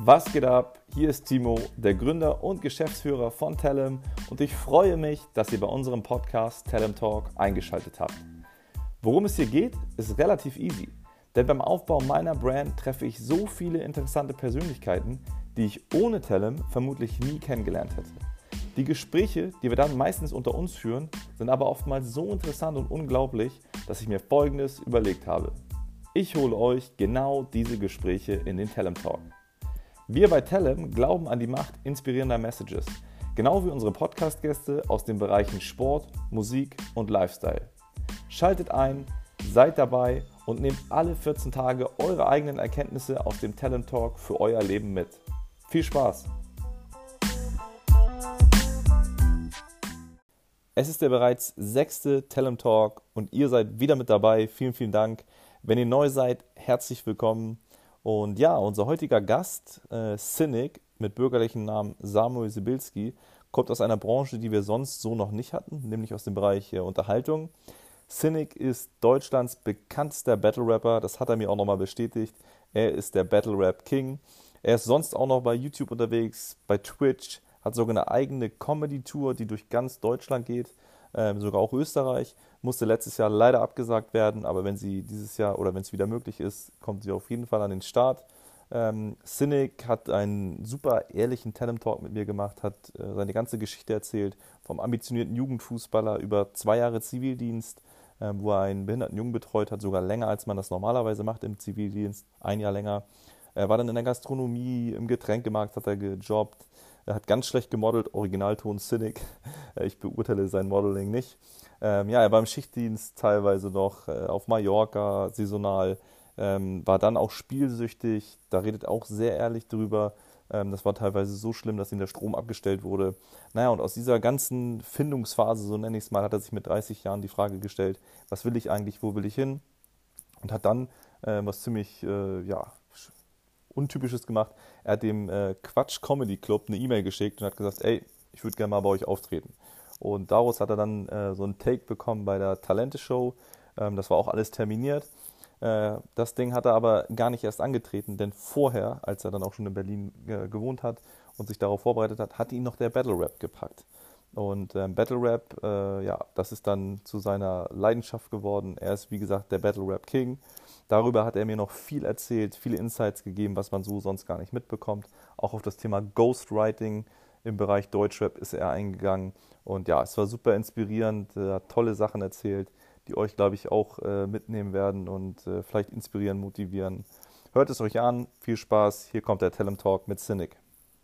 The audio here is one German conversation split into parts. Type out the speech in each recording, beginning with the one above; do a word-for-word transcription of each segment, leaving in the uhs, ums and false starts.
Was geht ab? Hier ist Timo, der Gründer und Geschäftsführer von Tellem und ich freue mich, dass ihr bei unserem Podcast Tellem Talk eingeschaltet habt. Worum es hier geht, ist relativ easy, denn beim Aufbau meiner Brand treffe ich so viele interessante Persönlichkeiten, die ich ohne Tellem vermutlich nie kennengelernt hätte. Die Gespräche, die wir dann meistens unter uns führen, sind aber oftmals so interessant und unglaublich, dass ich mir Folgendes überlegt habe. Ich hole euch genau diese Gespräche in den Tellem Talk. Wir bei Tellem glauben an die Macht inspirierender Messages, genau wie unsere Podcast-Gäste aus den Bereichen Sport, Musik und Lifestyle. Schaltet ein, seid dabei und nehmt alle vierzehn Tage eure eigenen Erkenntnisse aus dem Tellem Talk für euer Leben mit. Viel Spaß! Es ist der bereits sechste Tellem Talk und ihr seid wieder mit dabei. Vielen, vielen Dank. Wenn ihr neu seid, herzlich willkommen. Und ja, unser heutiger Gast, äh, Cynic, mit bürgerlichen Namen Samuel Sibilski, kommt aus einer Branche, die wir sonst so noch nicht hatten, nämlich aus dem Bereich äh, Unterhaltung. Cynic ist Deutschlands bekanntester Battle-Rapper, das hat er mir auch nochmal bestätigt. Er ist der Battle-Rap-King. Er ist sonst auch noch bei YouTube unterwegs, bei Twitch, hat sogar eine eigene Comedy-Tour, die durch ganz Deutschland geht, äh, sogar auch Österreich. Musste letztes Jahr leider abgesagt werden, aber wenn sie dieses Jahr oder wenn es wieder möglich ist, kommt sie auf jeden Fall an den Start. Ähm, Cynic hat einen super ehrlichen Tellem Talk mit mir gemacht, hat äh, seine ganze Geschichte erzählt, vom ambitionierten Jugendfußballer über zwei Jahre Zivildienst, äh, wo er einen behinderten Jungen betreut hat, sogar länger, als man das normalerweise macht im Zivildienst, ein Jahr länger. Er war dann in der Gastronomie, im Getränkemarkt hat er gejobbt, er hat ganz schlecht gemodelt, Originalton Cynic, ich beurteile sein Modeling nicht. Ähm, ja, er war im Schichtdienst teilweise noch, äh, auf Mallorca, saisonal, ähm, war dann auch spielsüchtig, da redet auch sehr ehrlich drüber. Ähm, das war teilweise so schlimm, dass ihm der Strom abgestellt wurde. Naja, und aus dieser ganzen Findungsphase, so nenne ich es mal, hat er sich mit dreißig Jahren die Frage gestellt, was will ich eigentlich, wo will ich hin? Und hat dann äh, was ziemlich, äh, ja, Untypisches gemacht. Er hat dem äh, Quatsch Comedy Club eine E-Mail geschickt und hat gesagt, ey, ich würde gerne mal bei euch auftreten. Und daraus hat er dann äh, so einen Take bekommen bei der Talente-Show. Ähm, das war auch alles terminiert. Äh, das Ding hat er aber gar nicht erst angetreten, denn vorher, als er dann auch schon in Berlin äh, gewohnt hat und sich darauf vorbereitet hat, hat ihn noch der Battle Rap gepackt. Und ähm, Battle Rap, äh, ja, das ist dann zu seiner Leidenschaft geworden. Er ist, wie gesagt, der Battle Rap King. Darüber hat er mir noch viel erzählt, viele Insights gegeben, was man so sonst gar nicht mitbekommt. Auch auf das Thema Ghostwriting im Bereich Deutschrap ist er eingegangen. Und ja, es war super inspirierend, er hat tolle Sachen erzählt, die euch, glaube ich, auch äh, mitnehmen werden und äh, vielleicht inspirieren, motivieren. Hört es euch an, viel Spaß. Hier kommt der Tellem Talk mit Cynic.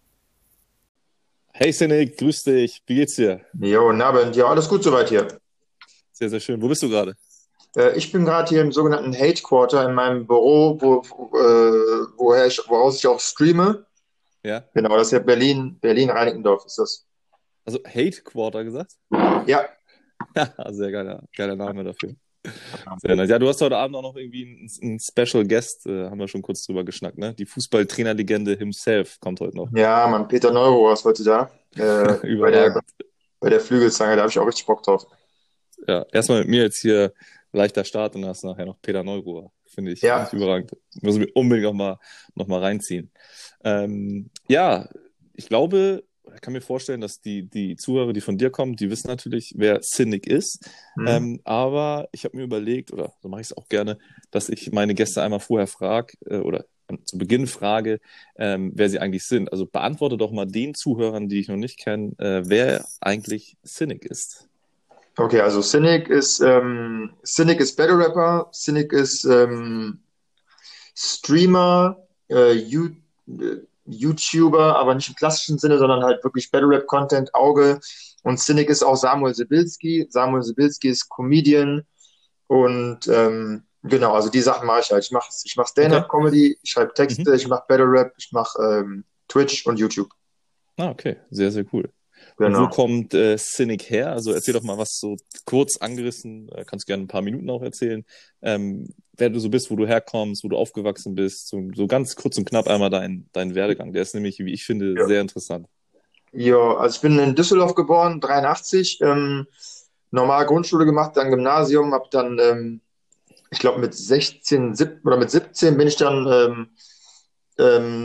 Hey Cynic, grüß dich. Wie geht's dir? Jo, guten Abend. Ja, alles gut soweit hier. Sehr, sehr schön. Wo bist du gerade? Äh, ich bin gerade hier im sogenannten Hate Quarter in meinem Büro, wo, wo, äh, woher ich, woraus ich auch streame. Ja. Genau, das ist ja Berlin, Berlin-Reinickendorf ist das. Also Hate Quarter gesagt? Ja. Sehr geiler, geiler Name dafür. Sehr nice. Ja, du hast heute Abend auch noch irgendwie einen, einen Special Guest, äh, haben wir schon kurz drüber geschnackt, ne? Die Fußballtrainerlegende himself kommt heute noch. Ja, Mann, Peter Neururer ist heute da. Äh, bei der, Überragend. bei der Flügelzange, da habe ich auch richtig Bock drauf. Ja, erstmal mit mir jetzt hier leichter Start und dann hast du nachher noch Peter Neururer. Finde ich, Ja. find ich überragend. Muss ich mir unbedingt noch mal, noch mal reinziehen. Ähm, ja, ich glaube, ich kann mir vorstellen, dass die, die Zuhörer, die von dir kommen, die wissen natürlich, wer Cynic ist. Mhm. Ähm, aber ich habe mir überlegt, oder so mache ich es auch gerne, dass ich meine Gäste einmal vorher frage äh, oder zu Beginn frage, ähm, wer sie eigentlich sind. Also beantworte doch mal den Zuhörern, die ich noch nicht kenne, äh, wer eigentlich Cynic ist. Okay, also Cynic ist, ähm, Cynic ist Battle Rapper, Cynic ist ähm, Streamer, äh, You- äh, YouTuber, aber nicht im klassischen Sinne, sondern halt wirklich Battle Rap Content, Auge. Und Cynic ist auch Samuel Sibilski. Samuel Sibilski ist Comedian und ähm, genau, also die Sachen mache ich halt. Ich mache ich mach Okay. Stand-up-Comedy, ich schreibe Texte, Mhm. ich mache Battle Rap, ich mache ähm, Twitch und YouTube. Ah, okay. Sehr, sehr cool. Und wo Genau. kommt äh, Cynic her? Also erzähl doch mal was so kurz angerissen, äh, kannst gerne ein paar Minuten auch erzählen, ähm, wer du so bist, wo du herkommst, wo du aufgewachsen bist, so, so ganz kurz und knapp einmal dein, dein Werdegang. Der ist nämlich, wie ich finde, Ja. sehr interessant. Ja, also ich bin in Düsseldorf geboren, dreiundachtzig, ähm, normal Grundschule gemacht, dann Gymnasium, habe dann, ähm, ich glaube mit sechzehn, sieb oder mit siebzehn bin ich dann ähm, ähm,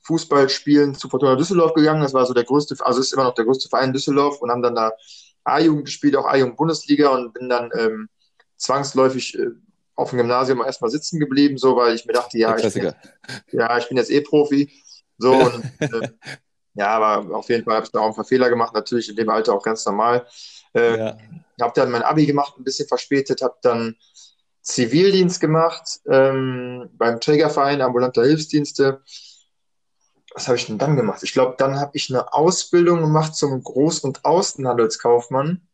Fußballspielen zu Fortuna Düsseldorf gegangen. Das war so der größte, also ist immer noch der größte Verein in Düsseldorf und haben dann da A-Jugend gespielt, auch A-Jugend-Bundesliga und bin dann ähm, zwangsläufig äh, auf dem Gymnasium erstmal sitzen geblieben, so, weil ich mir dachte, Der ja, ich bin Klassiker. jetzt, ja, ich bin jetzt eh Profi. So, Ja. und äh, ja, aber auf jeden Fall habe ich da auch ein paar Fehler gemacht, natürlich in dem Alter auch ganz normal. Ja. Ähm, habe dann mein Abi gemacht, ein bisschen verspätet, habe dann Zivildienst gemacht ähm, beim Trägerverein Ambulanter Hilfsdienste. Was habe ich denn dann gemacht? Ich glaube, dann habe ich eine Ausbildung gemacht zum Groß- und Außenhandelskaufmann.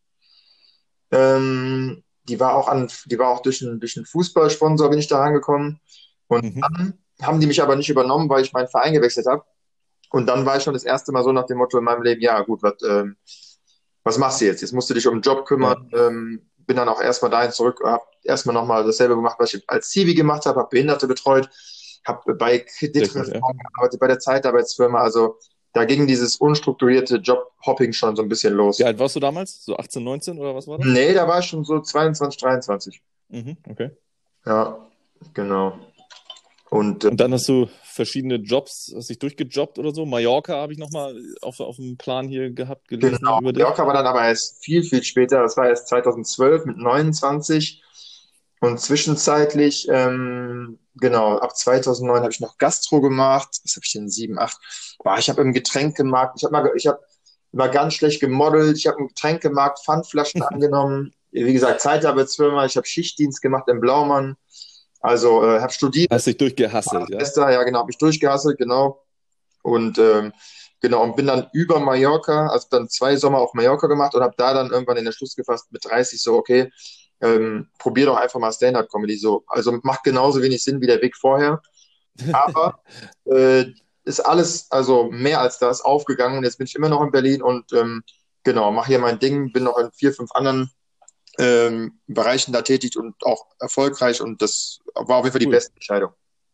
Ähm, die war auch an, die war auch durch einen, durch einen Fußballsponsor bin ich da rangekommen. Und Mhm. dann haben die mich aber nicht übernommen, weil ich meinen Verein gewechselt habe. Und dann war ich schon das erste Mal so nach dem Motto in meinem Leben, ja gut, was, ähm, was machst du jetzt? Jetzt musst du dich um den Job kümmern. Ja. Ähm, bin dann auch erstmal dahin zurück, habe erstmal nochmal dasselbe gemacht, was ich als Zivi gemacht habe, habe Behinderte betreut, habe bei Sehr cool, ja. Kreditreform gearbeitet, bei der Zeitarbeitsfirma. Also da ging dieses unstrukturierte Jobhopping schon so ein bisschen Wie los. alt warst du damals? So achtzehn, neunzehn oder was war das? Nee, da war ich schon so zweiundzwanzig, dreiundzwanzig. Mhm, okay. Ja, genau. Und äh, Und dann hast du verschiedene Jobs, hast dich durchgejobbt oder so. Mallorca habe ich nochmal auf, auf dem Plan hier gehabt, gelesen genau, über dich. Mallorca war dann aber erst viel, viel später. Das war erst zweitausendzwölf mit neunundzwanzig. Und zwischenzeitlich, ähm, genau, ab zweitausendneun habe ich noch Gastro gemacht. Was habe ich denn? Sieben, acht. Boah, ich habe im Getränkemarkt, ich habe mal, ge- ich habe immer ganz schlecht gemodelt. Ich habe im Getränkemarkt Pfandflaschen angenommen. Wie gesagt, Zeitarbeitsfirma. Ich habe Schichtdienst gemacht im Blaumann. Also äh, habe studiert. Hast dich durchgehasselt, ja? Semester, ja genau, habe ich durchgehasselt, genau. Und ähm, genau, und bin dann über Mallorca, also dann zwei Sommer auf Mallorca gemacht und habe da dann irgendwann den Entschluss gefasst mit dreißig so, okay, ähm, probier doch einfach mal Stand-up-Comedy so. Also macht genauso wenig Sinn wie der Weg vorher, aber äh, ist alles, also mehr als das, aufgegangen und jetzt bin ich immer noch in Berlin und ähm, genau, mache hier mein Ding, bin noch in vier, fünf anderen ähm, Bereichen da tätig und auch erfolgreich und das war auf jeden Fall die Cool. beste Entscheidung.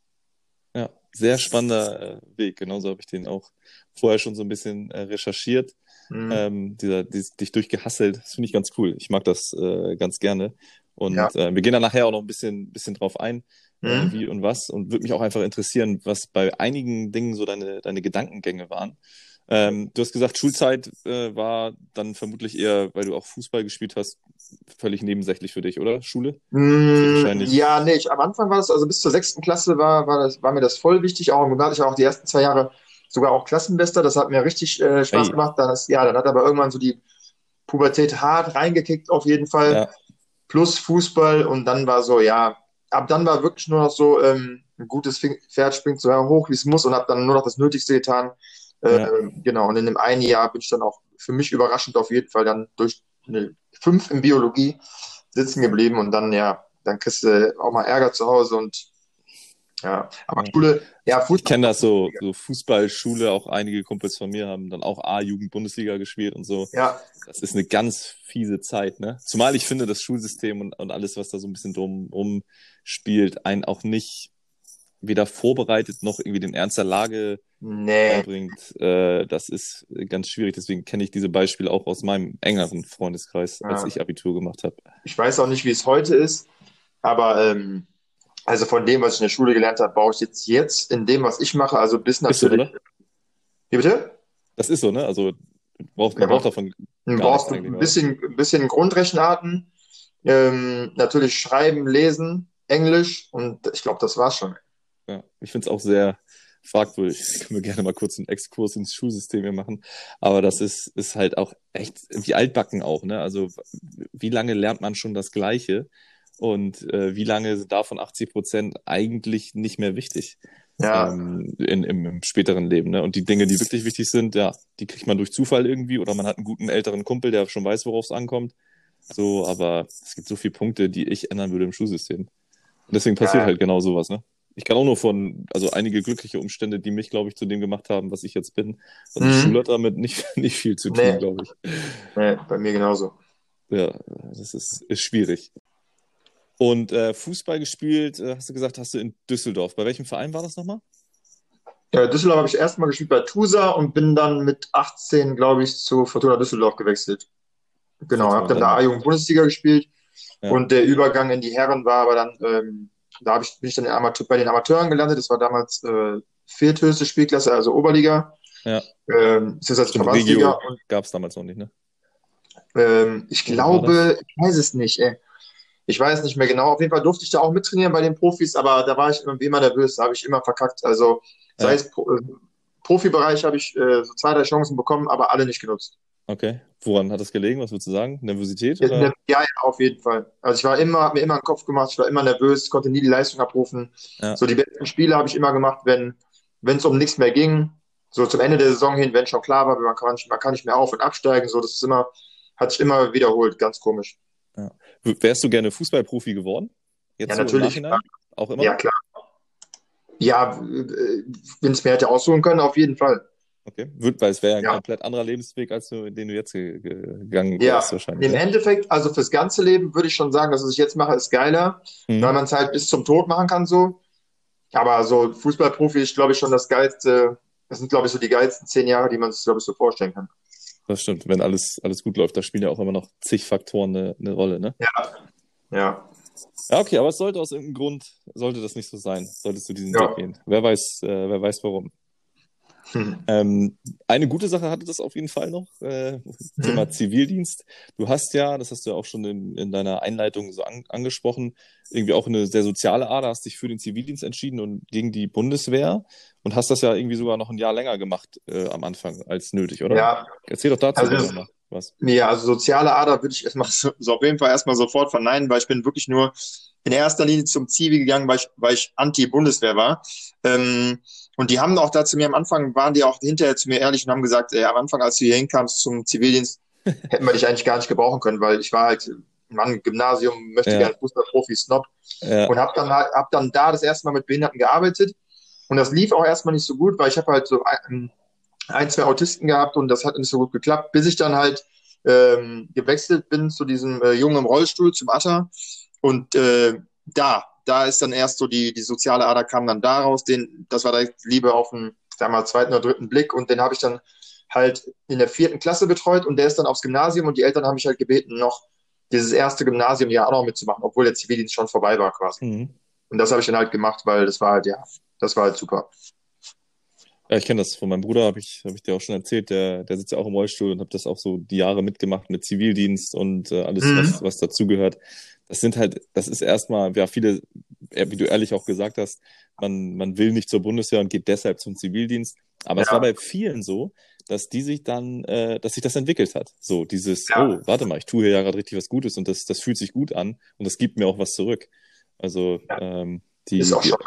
Ja, sehr spannender äh, Weg. Genauso habe ich den auch vorher schon so ein bisschen äh, recherchiert. Mhm. Ähm, dieser, dieses, dich durchgehasselt, das finde ich ganz cool. Ich mag das äh, ganz gerne. Ja. Und äh, wir gehen da nachher auch noch ein bisschen, bisschen drauf ein, äh, Mhm. wie und was. Und würde mich auch einfach interessieren, was bei einigen Dingen so deine, deine Gedankengänge waren. Ähm, du hast gesagt, Schulzeit äh, war dann vermutlich eher, weil du auch Fußball gespielt hast, völlig nebensächlich für dich, oder? Schule? Ist ja Mm, ja, wahrscheinlich. nee, ich, am Anfang war das, also bis zur sechsten Klasse war, war, das, war mir das voll wichtig. Auch im Gymnasium hatte ich auch die ersten zwei Jahre sogar auch Klassenbester. Das hat mir richtig äh, Spaß Ey, gemacht. Dann ist, ja, dann hat aber irgendwann so die Pubertät hart reingekickt auf jeden Fall. ja, Plus Fußball und dann war so, ja, ab dann war wirklich nur noch so, ähm, ein gutes Fing- Pferd springt so hoch, wie es muss und habe dann nur noch das Nötigste getan. Äh, ja. genau, und in dem einen Jahr bin ich dann auch für mich überraschend auf jeden Fall dann durch eine fünf in Biologie sitzen geblieben und dann, ja, dann kriegst du auch mal Ärger zu Hause und ja, aber Ja. Schule, Ich, ja, ich Fußball. kenne das so, so Fußballschule, auch einige Kumpels von mir haben dann auch A-Jugend-Bundesliga gespielt und so. Ja, Das ist eine ganz fiese Zeit, ne? Zumal ich finde, das Schulsystem und, und alles, was da so ein bisschen drum rum spielt, einen auch nicht weder vorbereitet noch irgendwie den Ernst der Lage nee, beibringt. Äh, das ist ganz schwierig. Deswegen kenne ich diese Beispiele auch aus meinem engeren Freundeskreis, als ja. ich Abitur gemacht habe. Ich weiß auch nicht, wie es heute ist, aber ähm, also von dem, was ich in der Schule gelernt habe, baue ich jetzt jetzt in dem, was ich mache, also bis Ist so, natürlich. oder? Wie bitte? Das ist so, ne? Also braucht, Ja, man braucht man davon man gar nichts braucht eigentlich, ein oder? bisschen, ein bisschen Grundrechenarten, ähm, natürlich Schreiben, Lesen, Englisch und ich glaube, das war's schon. Ja, ich finde es auch sehr fragwürdig. Können wir gerne mal kurz einen Exkurs ins Schulsystem hier machen. Aber das ist, ist halt auch echt wie altbacken auch, ne? Also wie lange lernt man schon das Gleiche? Und äh, wie lange sind davon achtzig Prozent eigentlich nicht mehr wichtig Ja, ähm, in, im, im späteren Leben, ne? Und die Dinge, die wirklich wichtig sind, ja, die kriegt man durch Zufall irgendwie oder man hat einen guten älteren Kumpel, der schon weiß, worauf es ankommt. So, aber es gibt so viele Punkte, die ich ändern würde im Schulsystem. Und deswegen passiert ja, halt genau sowas, ne? Ich kann auch nur von, also einige glückliche Umstände, die mich, glaube ich, zu dem gemacht haben, was ich jetzt bin. Also Schule mhm. hat damit nicht, nicht viel zu tun, Nee, glaube ich. nee, bei mir genauso. Ja, das ist, ist schwierig. Und äh, Fußball gespielt, äh, hast du gesagt, hast du in Düsseldorf. Bei welchem Verein war das nochmal? Ja, Düsseldorf habe ich erstmal gespielt bei Tusa und bin dann mit achtzehn, glaube ich, zu Fortuna Düsseldorf gewechselt. Genau, habe Fortuna, dann da dann, A-Jugend-Bundesliga gespielt ja, und der Übergang in die Herren war aber dann, ähm, da hab ich, bin ich dann in Amateur, bei den Amateuren gelandet. Das war damals äh, vierthöchste Spielklasse, also Oberliga. Ja, Ähm, ist jetzt also stimmt. Verbandsliga Regio und gab es damals noch nicht, ne? ähm, ich Oder war das? glaube, ich weiß es nicht, ey. Ich weiß nicht mehr genau. Auf jeden Fall durfte ich da auch mittrainieren bei den Profis, aber da war ich immer, wie immer nervös, da habe ich immer verkackt. Also sei Ja, es Pro, äh, Profibereich habe ich äh, so zwei, drei Chancen bekommen, aber alle nicht genutzt. okay. Woran hat das gelegen? Was würdest du sagen? Nervosität Ja, oder? ja, auf jeden Fall. Also ich war immer, hab mir immer einen Kopf gemacht, ich war immer nervös, konnte nie die Leistung abrufen. Ja, So die besten Spiele habe ich immer gemacht, wenn wenn es um nichts mehr ging. So zum Ende der Saison hin, wenn schon klar war, man kann, man kann nicht mehr auf- und absteigen. So, das ist immer, hat sich immer wiederholt, ganz komisch. ja. W- Wärst du gerne Fußballprofi geworden? Ja, Jetzt so im natürlich. Nachhinein? Auch immer Ja, noch? klar. Ja, äh, wenn es mir hätte aussuchen können, auf jeden Fall. Okay. Wird, weil es wäre ja ein Ja. komplett anderer Lebensweg, als du, den du jetzt ge ge gegangen wärst, Ja, wahrscheinlich, im ne? Endeffekt, also fürs ganze Leben würde ich schon sagen, dass was ich jetzt mache, ist geiler, weil Mhm. man es halt bis zum Tod machen kann so. Aber so Fußballprofi ist, glaube ich, schon das geilste, das sind, glaube ich, so die geilsten zehn Jahre, die man sich, glaube ich, so vorstellen kann. Das stimmt. Wenn alles, alles gut läuft, da spielen ja auch immer noch zig Faktoren eine, eine Rolle, ne? Ja, ja, Ja, okay, aber es sollte aus irgendeinem Grund, sollte das nicht so sein, solltest du diesen Weg ja. gehen. Wer weiß, äh, wer weiß warum. Hm. Ähm, eine gute Sache hatte das auf jeden Fall noch, äh, Thema Hm. Zivildienst. Du hast ja, das hast du ja auch schon in, in deiner Einleitung so an, angesprochen, irgendwie auch eine sehr soziale Ader, hast dich für den Zivildienst entschieden und gegen die Bundeswehr und hast das ja irgendwie sogar noch ein Jahr länger gemacht äh, am Anfang als nötig, oder? Ja, Erzähl doch dazu also gerne das, nochmal was. ja, also soziale Ader würde ich erstmal so, so auf jeden Fall erstmal sofort verneinen, weil ich bin wirklich nur in erster Linie zum Zivi gegangen, weil ich, weil ich Anti-Bundeswehr war. Ähm, und die haben auch da zu mir am Anfang, waren die auch hinterher zu mir ehrlich und haben gesagt, ey, am Anfang, als du hier hinkamst zum Zivildienst, hätten wir dich eigentlich gar nicht gebrauchen können, weil ich war halt, Mann, Gymnasium, möchte Ja, gerne Fußballprofi, Snob ja, und habe dann halt, hab dann da das erste Mal mit Behinderten gearbeitet und das lief auch erstmal nicht so gut, weil ich habe halt so ein, ein, zwei Autisten gehabt und das hat nicht so gut geklappt, bis ich dann halt ähm, gewechselt bin zu diesem äh, Jungen im Rollstuhl, zum Atta. Und äh, da, da ist dann erst so die, die soziale Ader kam dann daraus. Den, das war direkt Liebe auf den, sag mal, zweiten oder dritten Blick. Und den habe ich dann halt in der vierten Klasse betreut und der ist dann aufs Gymnasium und die Eltern haben mich halt gebeten, noch dieses erste Gymnasium ja auch noch mitzumachen, obwohl der Zivildienst schon vorbei war quasi. mhm. Und das habe ich dann halt gemacht, weil das war halt, ja, das war halt super. Ja, ich kenne das von meinem Bruder, habe ich, hab ich dir auch schon erzählt, der, der sitzt ja auch im Rollstuhl und habe das auch so die Jahre mitgemacht mit Zivildienst und äh, alles, was, Mhm. was dazugehört. Das sind halt, das ist erstmal, ja, viele, äh, wie du ehrlich auch gesagt hast, man, man will nicht zur Bundeswehr und geht deshalb zum Zivildienst. Aber es war Ja, bei vielen so, dass die sich dann, äh, dass sich das entwickelt hat. So dieses, oh, ja, warte mal, ich tue hier ja gerade richtig was Gutes und das, das fühlt sich gut an und das gibt mir auch was zurück. Also ja. ähm, Ist die, auch die schon.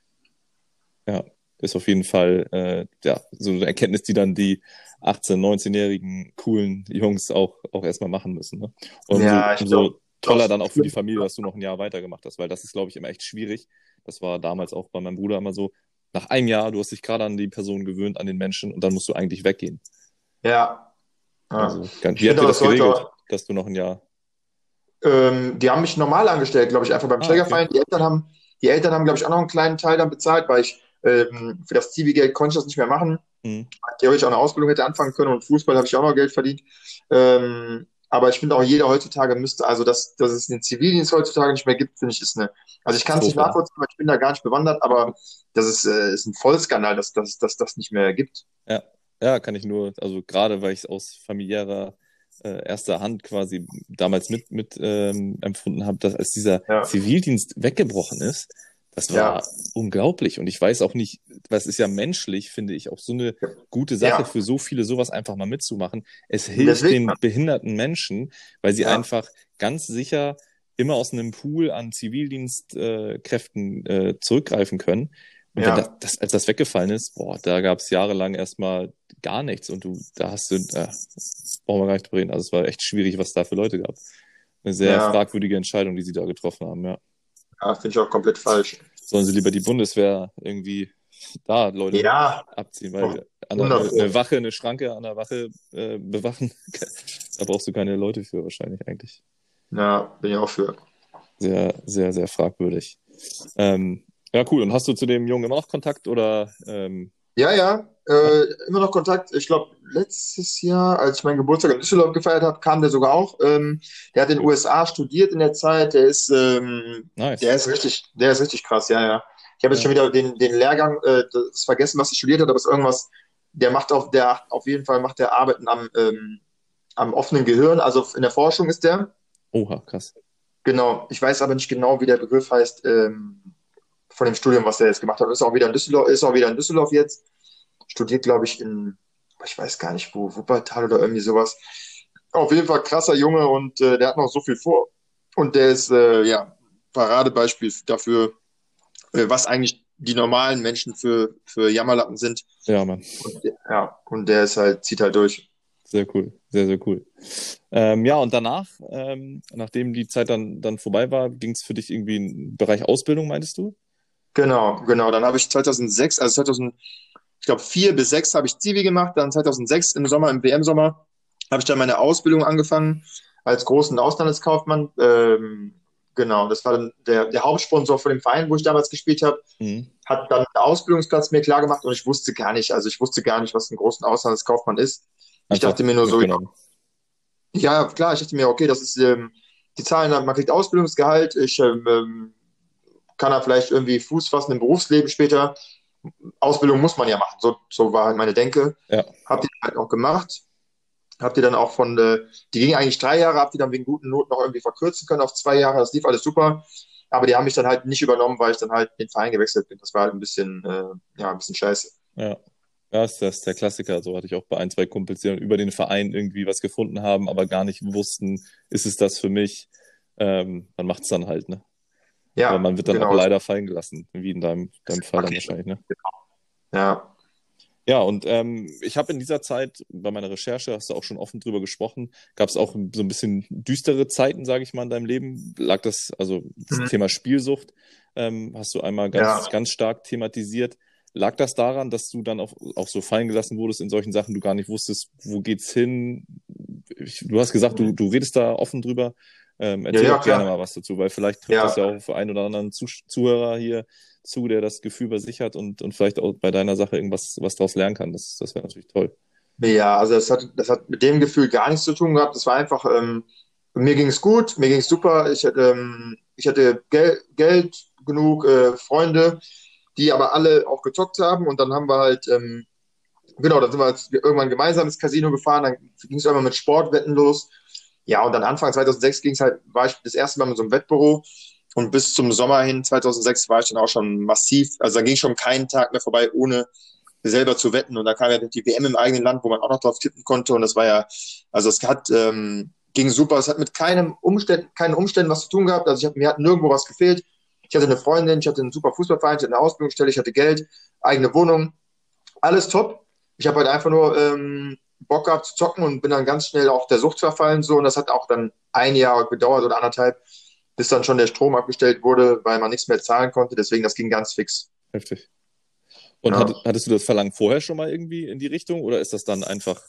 ja, ist auf jeden Fall äh, ja, so eine Erkenntnis, die dann die achtzehn-, neunzehn-jährigen coolen Jungs auch, auch erstmal machen müssen. Ne? Und umso, Ja, ich glaube, umso toller dann auch für die Familie, dass du noch ein Jahr weitergemacht hast, weil das ist, glaube ich, immer echt schwierig. Das war damals auch bei meinem Bruder immer so. Nach einem Jahr, du hast dich gerade an die Person gewöhnt, an den Menschen und dann musst du eigentlich weggehen. ja. Ja. Also, ganz- Ich wie habt finde ihr auch, das das sollte geregelt, auch, dass du noch ein Jahr. ähm, die haben mich normal angestellt, glaube ich, einfach beim Ah, okay. Trägerverein. Die Eltern haben, die Eltern haben, glaube ich, auch noch einen kleinen Teil dann bezahlt, weil ich ähm, für das Zivi-Geld konnte ich das nicht mehr machen. Hm. Theoretisch auch eine Ausbildung hätte anfangen können und Fußball habe ich auch noch Geld verdient. Ähm, aber ich finde auch jeder heutzutage müsste, also dass, dass es den Zivildienst heutzutage nicht mehr gibt, finde ich, ist eine, also ich kann es nicht Katastrophe, ne? nachvollziehen, weil ich bin da gar nicht bewandert, aber das ist, äh, ist ein Vollskandal, dass, dass, dass das nicht mehr gibt. Ja, ja, kann ich nur, also gerade weil ich es aus familiärer äh, erster Hand quasi damals mit, mit ähm, empfunden habe, dass als dieser Ja, Zivildienst weggebrochen ist, das ja, war unglaublich. Und ich weiß auch nicht, was ist ja menschlich, finde ich, auch so eine gute Sache ja, für so viele, sowas einfach mal mitzumachen. Es hilft deswegen, den behinderten Menschen, weil sie ja, einfach ganz sicher immer aus einem Pool an Zivildienstkräften äh, Kräften, äh, zurückgreifen können. Und wenn das, ja, das, als das weggefallen ist, boah, da gab es jahrelang erstmal gar nichts und du, da hast du, äh, brauchen wir gar nicht drüber reden. Also es war echt schwierig, was da für Leute gab. Eine sehr ja, fragwürdige Entscheidung, die sie da getroffen haben, ja. ja, finde ich auch komplett falsch. Sollen sie lieber die Bundeswehr irgendwie da Leute Ja, abziehen, auf weil an einer- eine, hundert Pro. eine Wache, eine Schranke an der Wache äh, bewachen, da brauchst du keine Leute für wahrscheinlich eigentlich. Ja, bin ich auch für. Sehr, sehr, sehr fragwürdig. Ähm, ja, cool. Und hast du zu dem Jungen immer noch Kontakt oder ähm, Ja, ja, ja? äh, immer noch Kontakt. Ich glaube, letztes Jahr, als ich meinen Geburtstag in Düsseldorf gefeiert habe, kam der sogar auch. Ähm, der hat in den Cool. U S A studiert in der Zeit. Der ist, ähm, der Nice. ist richtig, der ist richtig krass, ja, ja. Ich habe jetzt Ja. schon wieder den, den Lehrgang, äh, das vergessen, was er studiert hat, aber es ist irgendwas, der macht auf, der, auf jeden Fall macht der Arbeiten am, ähm, am offenen Gehirn, also in der Forschung ist der. Oha, krass. Genau, ich weiß aber nicht genau, wie der Begriff heißt, ähm, von dem Studium, was der jetzt gemacht hat. Ist auch wieder in Düsseldorf, ist auch wieder in Düsseldorf jetzt. Studiert, glaube ich, in, ich weiß gar nicht wo, Wuppertal oder irgendwie sowas. Auf jeden Fall krasser Junge und äh, der hat noch so viel vor. Und der ist, äh, ja, Paradebeispiel dafür, äh, was eigentlich die normalen Menschen für, für Jammerlappen sind. Ja, Mann. Und, der- ja, und der ist halt, zieht halt durch. Sehr cool. Sehr, sehr cool. Ähm, ja, und danach, ähm, nachdem die Zeit dann, dann vorbei war, ging es für dich irgendwie in den Bereich Ausbildung, meintest du? Genau, genau. Dann habe ich zweitausendsechs, also zweitausend, ich glaube vier bis sechs habe ich Zivi gemacht, dann zweitausendsechs im Sommer, im W M-Sommer, habe ich dann meine Ausbildung angefangen als großen Auslandskaufmann. Ähm, genau, das war dann der, der Hauptsponsor von dem Verein, wo ich damals gespielt habe, Mhm. hat dann einen Ausbildungsplatz mir klar gemacht und ich wusste gar nicht, also ich wusste gar nicht, was ein großen Auslandskaufmann ist. Ich Einfach dachte mir nur so, mitgenommen. ja, klar, ich dachte mir, okay, das ist, ähm, die Zahlen, man kriegt Ausbildungsgehalt, ich ähm, ähm, kann da vielleicht irgendwie Fuß fassen im Berufsleben später. Ausbildung muss man ja machen, so, so war halt meine Denke. Ja, Habt ihr halt auch gemacht. Habt ihr dann auch von, äh, die ging eigentlich drei Jahre, habt ihr dann wegen guten Noten noch irgendwie verkürzen können auf zwei Jahre. Das lief alles super. Aber die haben mich dann halt nicht übernommen, weil ich dann halt in den Verein gewechselt bin. Das war halt ein bisschen, äh, ja, ein bisschen scheiße. ja. Ja, ist das ist der Klassiker. So hatte ich auch bei ein, zwei Kumpels, die dann über den Verein irgendwie was gefunden haben, aber gar nicht wussten, ist es das für mich? Ähm, man macht es dann halt, ne? Aber Ja, man wird dann auch genau. leider fallen gelassen, wie in deinem, deinem Fall dann wahrscheinlich, ne? Ja, Ja, und ähm, ich habe in dieser Zeit, bei meiner Recherche, hast du auch schon offen drüber gesprochen, gab es auch so ein bisschen düstere Zeiten, sage ich mal, in deinem Leben. Lag das, also das mhm. Thema Spielsucht, ähm, hast du einmal Ja, ganz, ganz stark thematisiert. Lag das daran, dass du dann auch, auch so fallen gelassen wurdest in solchen Sachen, du gar nicht wusstest, wo geht's hin? Ich, du hast gesagt, du, du redest da offen drüber. Ähm, ja, erzähl ja, doch gerne klar. mal was dazu, weil vielleicht trifft das Ja, ja auch für einen oder anderen Zuh Zuhörer hier zu, der das Gefühl bei sich hat und, und vielleicht auch bei deiner Sache irgendwas was daraus lernen kann. Das, das wäre natürlich toll. ja, also das hat, das hat mit dem Gefühl gar nichts zu tun gehabt. Das war einfach, ähm, mir ging es gut, mir ging es super. Ich, hatte, ähm, ich hatte Gel Geld genug, äh, Freunde, die aber alle auch gezockt haben. Und dann haben wir halt, ähm, genau, dann sind wir halt irgendwann gemeinsam ins Casino gefahren. Dann ging es irgendwann mit Sportwetten los. Ja, und dann Anfang zweitausendsechs ging es halt, war ich das erste Mal mit so einem Wettbüro. Und bis zum Sommer hin, zweitausendsechs, war ich dann auch schon massiv. Also da ging schon keinen Tag mehr vorbei, ohne selber zu wetten. Und da kam ja die W M im eigenen Land, wo man auch noch drauf tippen konnte. Und das war ja, also es hat, ähm, ging super. Es hat mit keinem Umständen, keinen Umständen was zu tun gehabt. Also ich hab, mir hat nirgendwo was gefehlt. Ich hatte eine Freundin, ich hatte einen super Fußballverein, ich hatte eine Ausbildungsstelle, ich hatte Geld, eigene Wohnung, alles top. Ich habe halt einfach nur ähm, Bock gehabt zu zocken und bin dann ganz schnell auf der Sucht verfallen. So. Und das hat auch dann ein Jahr gedauert oder anderthalb, bis dann schon der Strom abgestellt wurde, weil man nichts mehr zahlen konnte. Deswegen, das ging ganz fix. Heftig. Und Ja. hat, hattest du das Verlangen vorher schon mal irgendwie in die Richtung oder ist das dann einfach,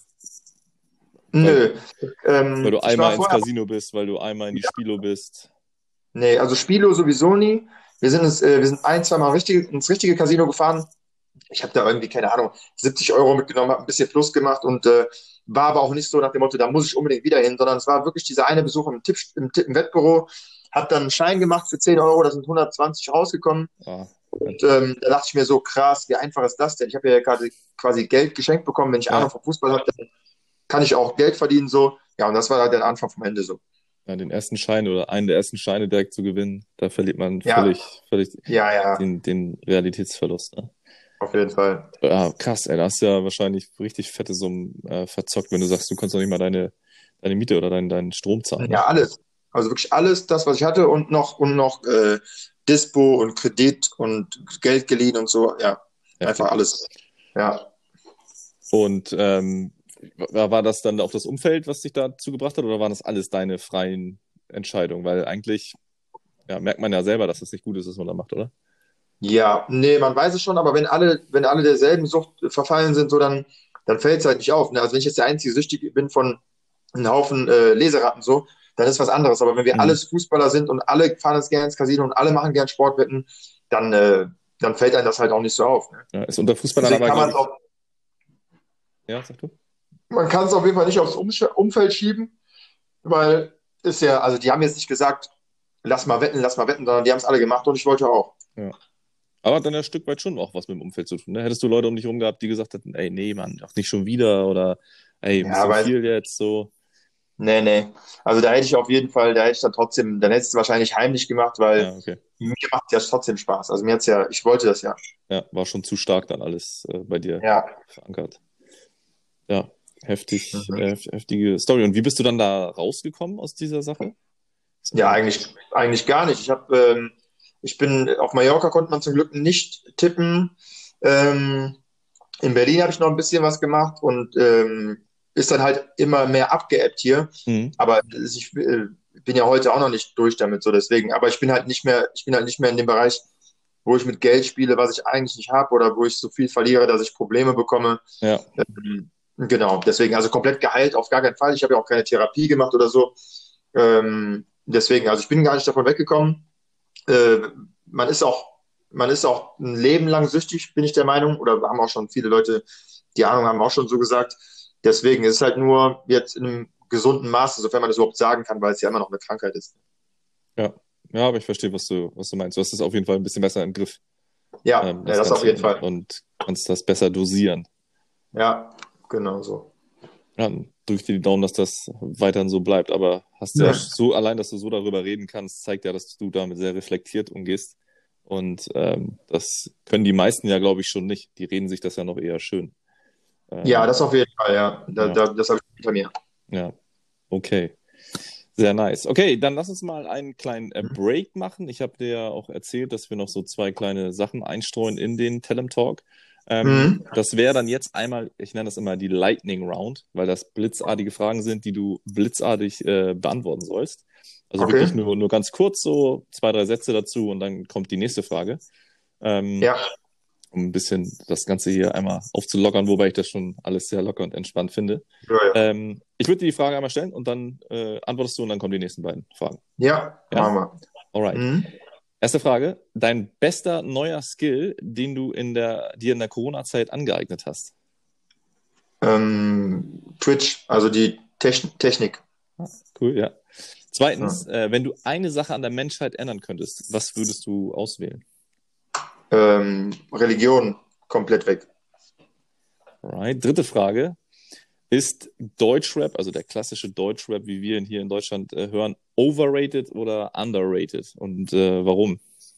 weil, Nö. weil Ähm, du ich war einmal ins vorher Casino bist, weil du einmal in die Spielo bist? Nee, also Spielo sowieso nie. Wir sind, ins, äh, wir sind ein, zwei Mal richtige, ins richtige Casino gefahren. Ich habe da irgendwie, keine Ahnung, siebzig Euro mitgenommen, habe ein bisschen Plus gemacht und äh, war aber auch nicht so nach dem Motto, da muss ich unbedingt wieder hin, sondern es war wirklich dieser eine Besuch im, Tipp, im, Tipp, im Wettbüro, habe dann einen Schein gemacht für zehn Euro, da sind hundertzwanzig rausgekommen. Ah, Und ähm, da dachte ich mir so, krass, wie einfach ist das denn? Ich habe ja quasi, quasi Geld geschenkt bekommen, wenn ich ja, Ahnung vom Fußball habe, dann kann ich auch Geld verdienen so. Ja, und das war halt der Anfang vom Ende so. ja, den ersten Schein oder einen der ersten Scheine direkt zu gewinnen, da verliert man Ja, völlig, völlig ja, ja, den, den Realitätsverlust. Ne? auf jeden Fall. Ja, krass, ey, da hast du ja wahrscheinlich richtig fette Summen äh, verzockt, wenn du sagst, du kannst doch nicht mal deine, deine Miete oder deinen, deinen Strom zahlen. Ne? Ja, alles. Also wirklich alles, das, was ich hatte und noch und noch äh, Dispo und Kredit und Geld geliehen und so. Ja, einfach Heftig. alles. Ja. Und ähm, war, war das dann auch das Umfeld, was dich dazu gebracht hat, oder waren das alles deine freien Entscheidungen? Weil eigentlich ja, merkt man ja selber, dass das nicht gut ist, was man da macht, oder? Ja, nee, man weiß es schon, aber wenn alle, wenn alle derselben Sucht verfallen sind, so dann, dann fällt es halt nicht auf. Ne? Also wenn ich jetzt der einzige Süchtige bin von einem Haufen äh, Leseratten so, dann ist was anderes. Aber wenn wir Mhm. alles Fußballer sind und alle fahren jetzt gerne ins Casino und alle machen gern Sportwetten, dann, äh, dann fällt einem das halt auch nicht so auf. Ne? Ja, ist unter Fußballern Deswegen aber, kann man glaube es ich, auch, ja, sag du? man kann es auf jeden Fall nicht aufs Umsch- Umfeld schieben, weil ist ja, also die haben jetzt nicht gesagt, lass mal wetten, lass mal wetten, sondern die haben es alle gemacht und ich wollte auch. Ja. Aber hat dann ja ein Stück weit schon auch was mit dem Umfeld zu tun. Ne? Hättest du Leute um dich rum gehabt, die gesagt hätten, ey, nee, Mann, auch nicht schon wieder oder ey, ein Ja, bisschen weil, viel jetzt so. nee, nee. Also da hätte ich auf jeden Fall, da hätte ich dann trotzdem, dann hätte ich es wahrscheinlich heimlich gemacht, weil Ja, okay. mir macht es ja trotzdem Spaß. Also mir hat's ja, ich wollte das ja. Ja, war schon zu stark dann alles äh, bei dir Ja. verankert. Ja, heftig, Mhm. äh, heftige Story. Und wie bist du dann da rausgekommen aus dieser Sache? Ja, So, eigentlich, eigentlich gar nicht. Ich habe, ähm, ich bin auf Mallorca konnte man zum Glück nicht tippen. Ähm, in Berlin habe ich noch ein bisschen was gemacht und ähm, ist dann halt immer mehr abgeebbt hier. mhm. Aber ich äh, bin ja heute auch noch nicht durch damit, so deswegen. Aber ich bin halt nicht mehr, ich bin halt nicht mehr in dem Bereich, wo ich mit Geld spiele, was ich eigentlich nicht habe, oder wo ich so viel verliere, dass ich Probleme bekomme. Ja, Ähm, genau, deswegen, also komplett geheilt auf gar keinen Fall. Ich habe ja auch keine Therapie gemacht oder so. Ähm, deswegen, also ich bin gar nicht davon weggekommen. Äh, man ist auch, man ist auch ein Leben lang süchtig, bin ich der Meinung, oder haben auch schon viele Leute, die Ahnung haben, auch schon so gesagt. Deswegen ist es halt nur jetzt in einem gesunden Maße, sofern man das überhaupt sagen kann, weil es ja immer noch eine Krankheit ist. ja. Ja, aber ich verstehe, was du, was du meinst. Du hast es auf jeden Fall ein bisschen besser im Griff, Ja, ähm, ja, das das auf Ganze, jeden und, Fall. und kannst das besser dosieren. Ja, genau so. Ja, dann drück dir die Daumen, dass das weiterhin so bleibt. Aber hast ja Ja, so, allein, dass du so darüber reden kannst, zeigt ja, dass du damit sehr reflektiert umgehst. Und ähm, das können die meisten ja, glaube ich, schon nicht. Die reden sich das ja noch eher schön. ja, Ähm, das auf jeden Fall, ja. Da, ja, da, das habe ich hinter mir. ja, okay. Sehr nice. Okay, dann lass uns mal einen kleinen äh, Break machen. Ich habe dir ja auch erzählt, dass wir noch so zwei kleine Sachen einstreuen in den Tellem Talk. Ähm, Mhm. das wäre dann jetzt einmal, ich nenne das immer die Lightning Round, weil das blitzartige Fragen sind, die du blitzartig äh, beantworten sollst. Also wirklich Okay. nur, nur ganz kurz, so zwei, drei Sätze dazu und dann kommt die nächste Frage. Ähm, Ja, um ein bisschen das Ganze hier einmal aufzulockern, wobei ich das schon alles sehr locker und entspannt finde. ja, ja. Ähm, ich würde dir die Frage einmal stellen und dann äh, antwortest du und dann kommen die nächsten beiden Fragen. Ja, Ja? machen wir. Alright. Mhm. Erste Frage. Dein bester neuer Skill, den du in der, dir in der Corona-Zeit angeeignet hast? Ähm, Twitch, also die Techn Technik. Cool, ja. Ja. Zweitens, äh, wenn du eine Sache an der Menschheit ändern könntest, was würdest du auswählen? Ähm, Religion komplett weg. Alright. Dritte Frage. Ist Deutschrap, also der klassische Deutschrap, wie wir ihn hier in Deutschland äh, hören, overrated oder underrated? Und äh, warum?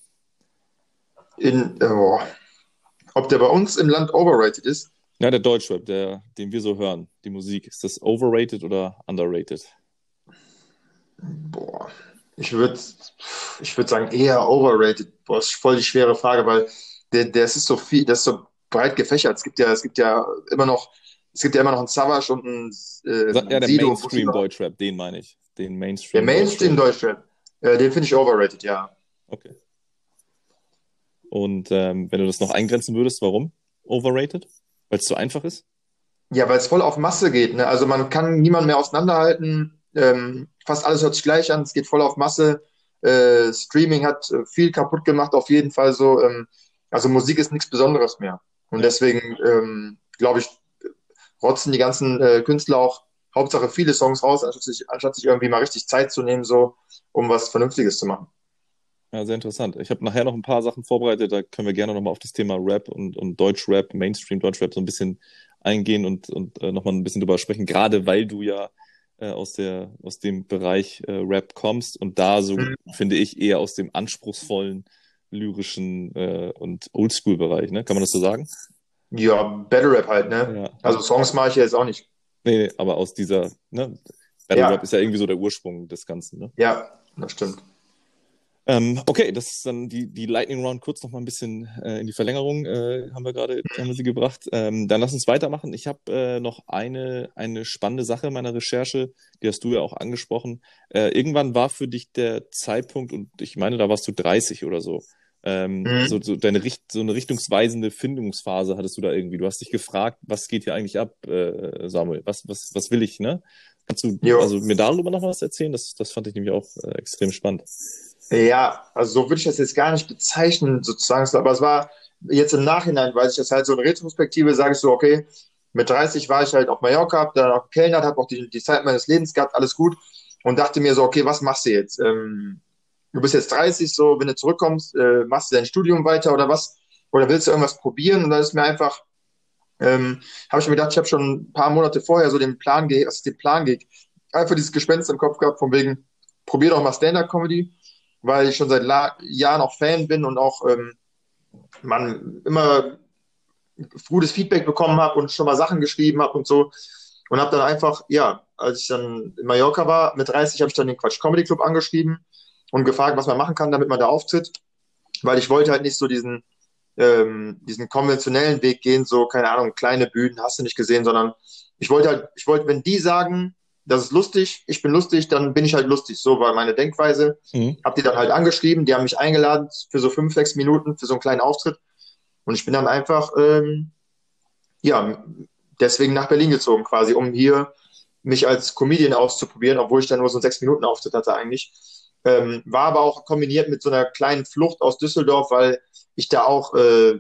In, äh, boah. Ob der bei uns im Land overrated ist? Ja, der Deutschrap, der, den wir so hören, die Musik, ist das overrated oder underrated? Boah. Ich würde ich würd sagen eher overrated. Boah, ist voll die schwere Frage, weil der, der es ist so viel, das ist so breit gefächert. Es gibt ja, es gibt ja immer noch, es gibt ja immer noch einen Savage und einen Sa- Ja, ähm, der Sido und Bushido. Mainstream-Deutschrap, den meine ich. Den Der Mainstream-Deutschrap. Mainstream-Deutschrap, äh, den finde ich overrated, ja. Okay. Und ähm, wenn du das noch eingrenzen würdest, warum overrated? Weil es zu einfach ist? Ja, weil es voll auf Masse geht, ne? Also man kann niemanden mehr auseinanderhalten. Ähm, fast alles hört sich gleich an. Es geht voll auf Masse. Äh, Streaming hat äh, viel kaputt gemacht, auf jeden Fall so. Ähm, also Musik ist nichts Besonderes mehr. Und Ja. deswegen, ähm, glaube ich, rotzen die ganzen äh, Künstler auch Hauptsache viele Songs raus, anstatt sich, anstatt sich irgendwie mal richtig Zeit zu nehmen, so, um was Vernünftiges zu machen. Ja, sehr interessant. Ich habe nachher noch ein paar Sachen vorbereitet, da können wir gerne nochmal auf das Thema Rap und, und Deutschrap, Mainstream-Deutschrap so ein bisschen eingehen und, und äh, nochmal ein bisschen drüber sprechen, gerade weil du ja äh, aus der, aus dem Bereich äh, Rap kommst und da so, Mhm. finde ich, eher aus dem anspruchsvollen, lyrischen äh, und Oldschool-Bereich, ne? Kann man das so sagen? Ja, Battle Rap halt, ne? Ja, Also ja. Songs mache ich ja jetzt auch nicht. Nee, nee, aber aus dieser, ne? Battle Rap Ja, ist ja irgendwie so der Ursprung des Ganzen, ne? ja, das stimmt. Ähm, okay, das ist dann die, die Lightning Round kurz noch mal ein bisschen äh, in die Verlängerung, äh, haben wir gerade, haben wir sie gebracht. Ähm, dann lass uns weitermachen. Ich habe äh, noch eine, eine spannende Sache in meiner Recherche, die hast du ja auch angesprochen. Äh, irgendwann war für dich der Zeitpunkt, und ich meine, da warst du dreißig oder so, ähm, so, Mhm. so, deine Richt so eine richtungsweisende Findungsphase hattest du da irgendwie. Du hast dich gefragt, was geht hier eigentlich ab, äh, Samuel? Was, was, was will ich, ne? Kannst du Jo. also mir darüber noch was erzählen? Das, das fand ich nämlich auch äh, extrem spannend. Ja, also so würde ich das jetzt gar nicht bezeichnen, sozusagen. Aber es war jetzt im Nachhinein, weil ich das halt so in Retrospektive sage ich so, okay, mit dreißig war ich halt auf Mallorca, hab dann auch gekellnert, habe auch die, die Zeit meines Lebens gehabt, alles gut und dachte mir so, okay, was machst du jetzt? Ähm, du bist jetzt dreißig, so, wenn du zurückkommst, äh, machst du dein Studium weiter oder was? Oder willst du irgendwas probieren? Und dann ist mir einfach, ähm, habe ich mir gedacht, ich habe schon ein paar Monate vorher so den Plan, ge was ist den Plan geht, einfach dieses Gespenst im Kopf gehabt, von wegen, probier doch mal Stand-Up-Comedy, weil ich schon seit La Jahren auch Fan bin und auch ähm, man immer gutes Feedback bekommen habe und schon mal Sachen geschrieben habe und so. Und habe dann einfach, ja, als ich dann in Mallorca war, mit dreißig, habe ich dann den Quatsch Comedy Club angeschrieben und gefragt, was man machen kann, damit man da auftritt. Weil ich wollte halt nicht so diesen, ähm, diesen konventionellen Weg gehen, so, keine Ahnung, kleine Bühnen, hast du nicht gesehen, sondern ich wollte halt, ich wollte, wenn die sagen, das ist lustig, ich bin lustig, dann bin ich halt lustig. So war meine Denkweise. Mhm. Hab die dann halt angeschrieben, die haben mich eingeladen für so fünf, sechs Minuten, für so einen kleinen Auftritt. Und ich bin dann einfach, ähm, ja, deswegen nach Berlin gezogen, quasi, um hier mich als Comedian auszuprobieren, obwohl ich dann nur so einen Sechs-Minuten-Auftritt hatte eigentlich. Ähm, war aber auch kombiniert mit so einer kleinen Flucht aus Düsseldorf, weil ich da auch, äh,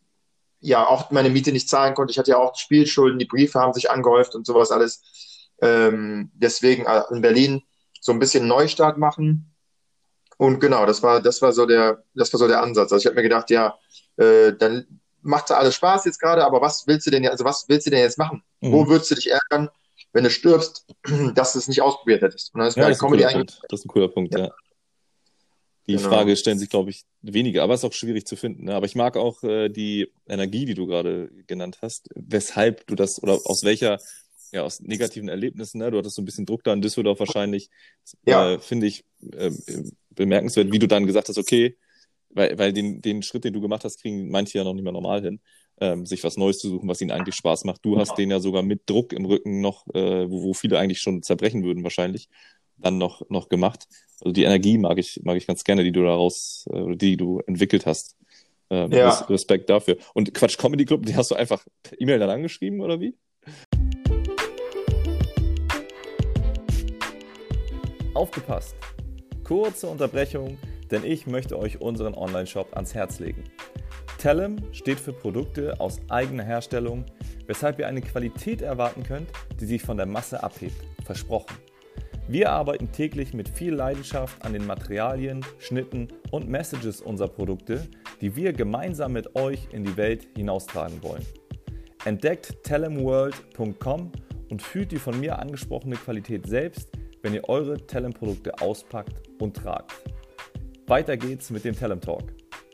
ja, auch meine Miete nicht zahlen konnte. Ich hatte ja auch Spielschulden, die Briefe haben sich angehäuft und sowas alles. Ähm, deswegen äh, in Berlin so ein bisschen Neustart machen. Und genau, das war, das war so der, das war so der Ansatz. Also ich habe mir gedacht, ja, äh, dann macht ja alles Spaß jetzt gerade, aber was willst du denn, also was willst du denn jetzt machen? Wo Mhm. würdest du dich ärgern, wenn du stirbst, dass du es nicht ausprobiert hättest? Und dann ist mir Ja, halt das ist ein Comedy cooler eigentlich, Punkt. Das ist ein cooler Punkt, ja, ja. Die genau. Frage stellen sich, glaube ich, wenige, aber es ist auch schwierig zu finden. Ne? Aber ich mag auch äh, die Energie, die du gerade genannt hast, weshalb du das oder aus welcher, ja, aus negativen Erlebnissen, ne? Du hattest so ein bisschen Druck da in Düsseldorf wahrscheinlich, äh, Ja, finde ich äh, bemerkenswert, wie du dann gesagt hast, okay, weil, weil den, den Schritt, den du gemacht hast, kriegen manche ja noch nicht mehr normal hin, ähm, sich was Neues zu suchen, was ihnen eigentlich Spaß macht. Du hast den ja sogar mit Druck im Rücken noch, äh, wo, wo viele eigentlich schon zerbrechen würden wahrscheinlich, dann noch, noch gemacht. Also die Energie mag ich, mag ich ganz gerne, die du daraus, äh, oder die du entwickelt hast. Ähm, Res ja. Respekt dafür. Und Quatsch Comedy Club, die hast du einfach per E-Mail dann angeschrieben, oder wie? Aufgepasst! Kurze Unterbrechung, denn ich möchte euch unseren Online-Shop ans Herz legen. Tellem steht für Produkte aus eigener Herstellung, weshalb ihr eine Qualität erwarten könnt, die sich von der Masse abhebt. Versprochen. Wir arbeiten täglich mit viel Leidenschaft an den Materialien, Schnitten und Messages unserer Produkte, die wir gemeinsam mit euch in die Welt hinaustragen wollen. Entdeckt tellemworld punkt com und fühlt die von mir angesprochene Qualität selbst, wenn ihr eure Tellem-Produkte auspackt und tragt. Weiter geht's mit dem Tellem Talk.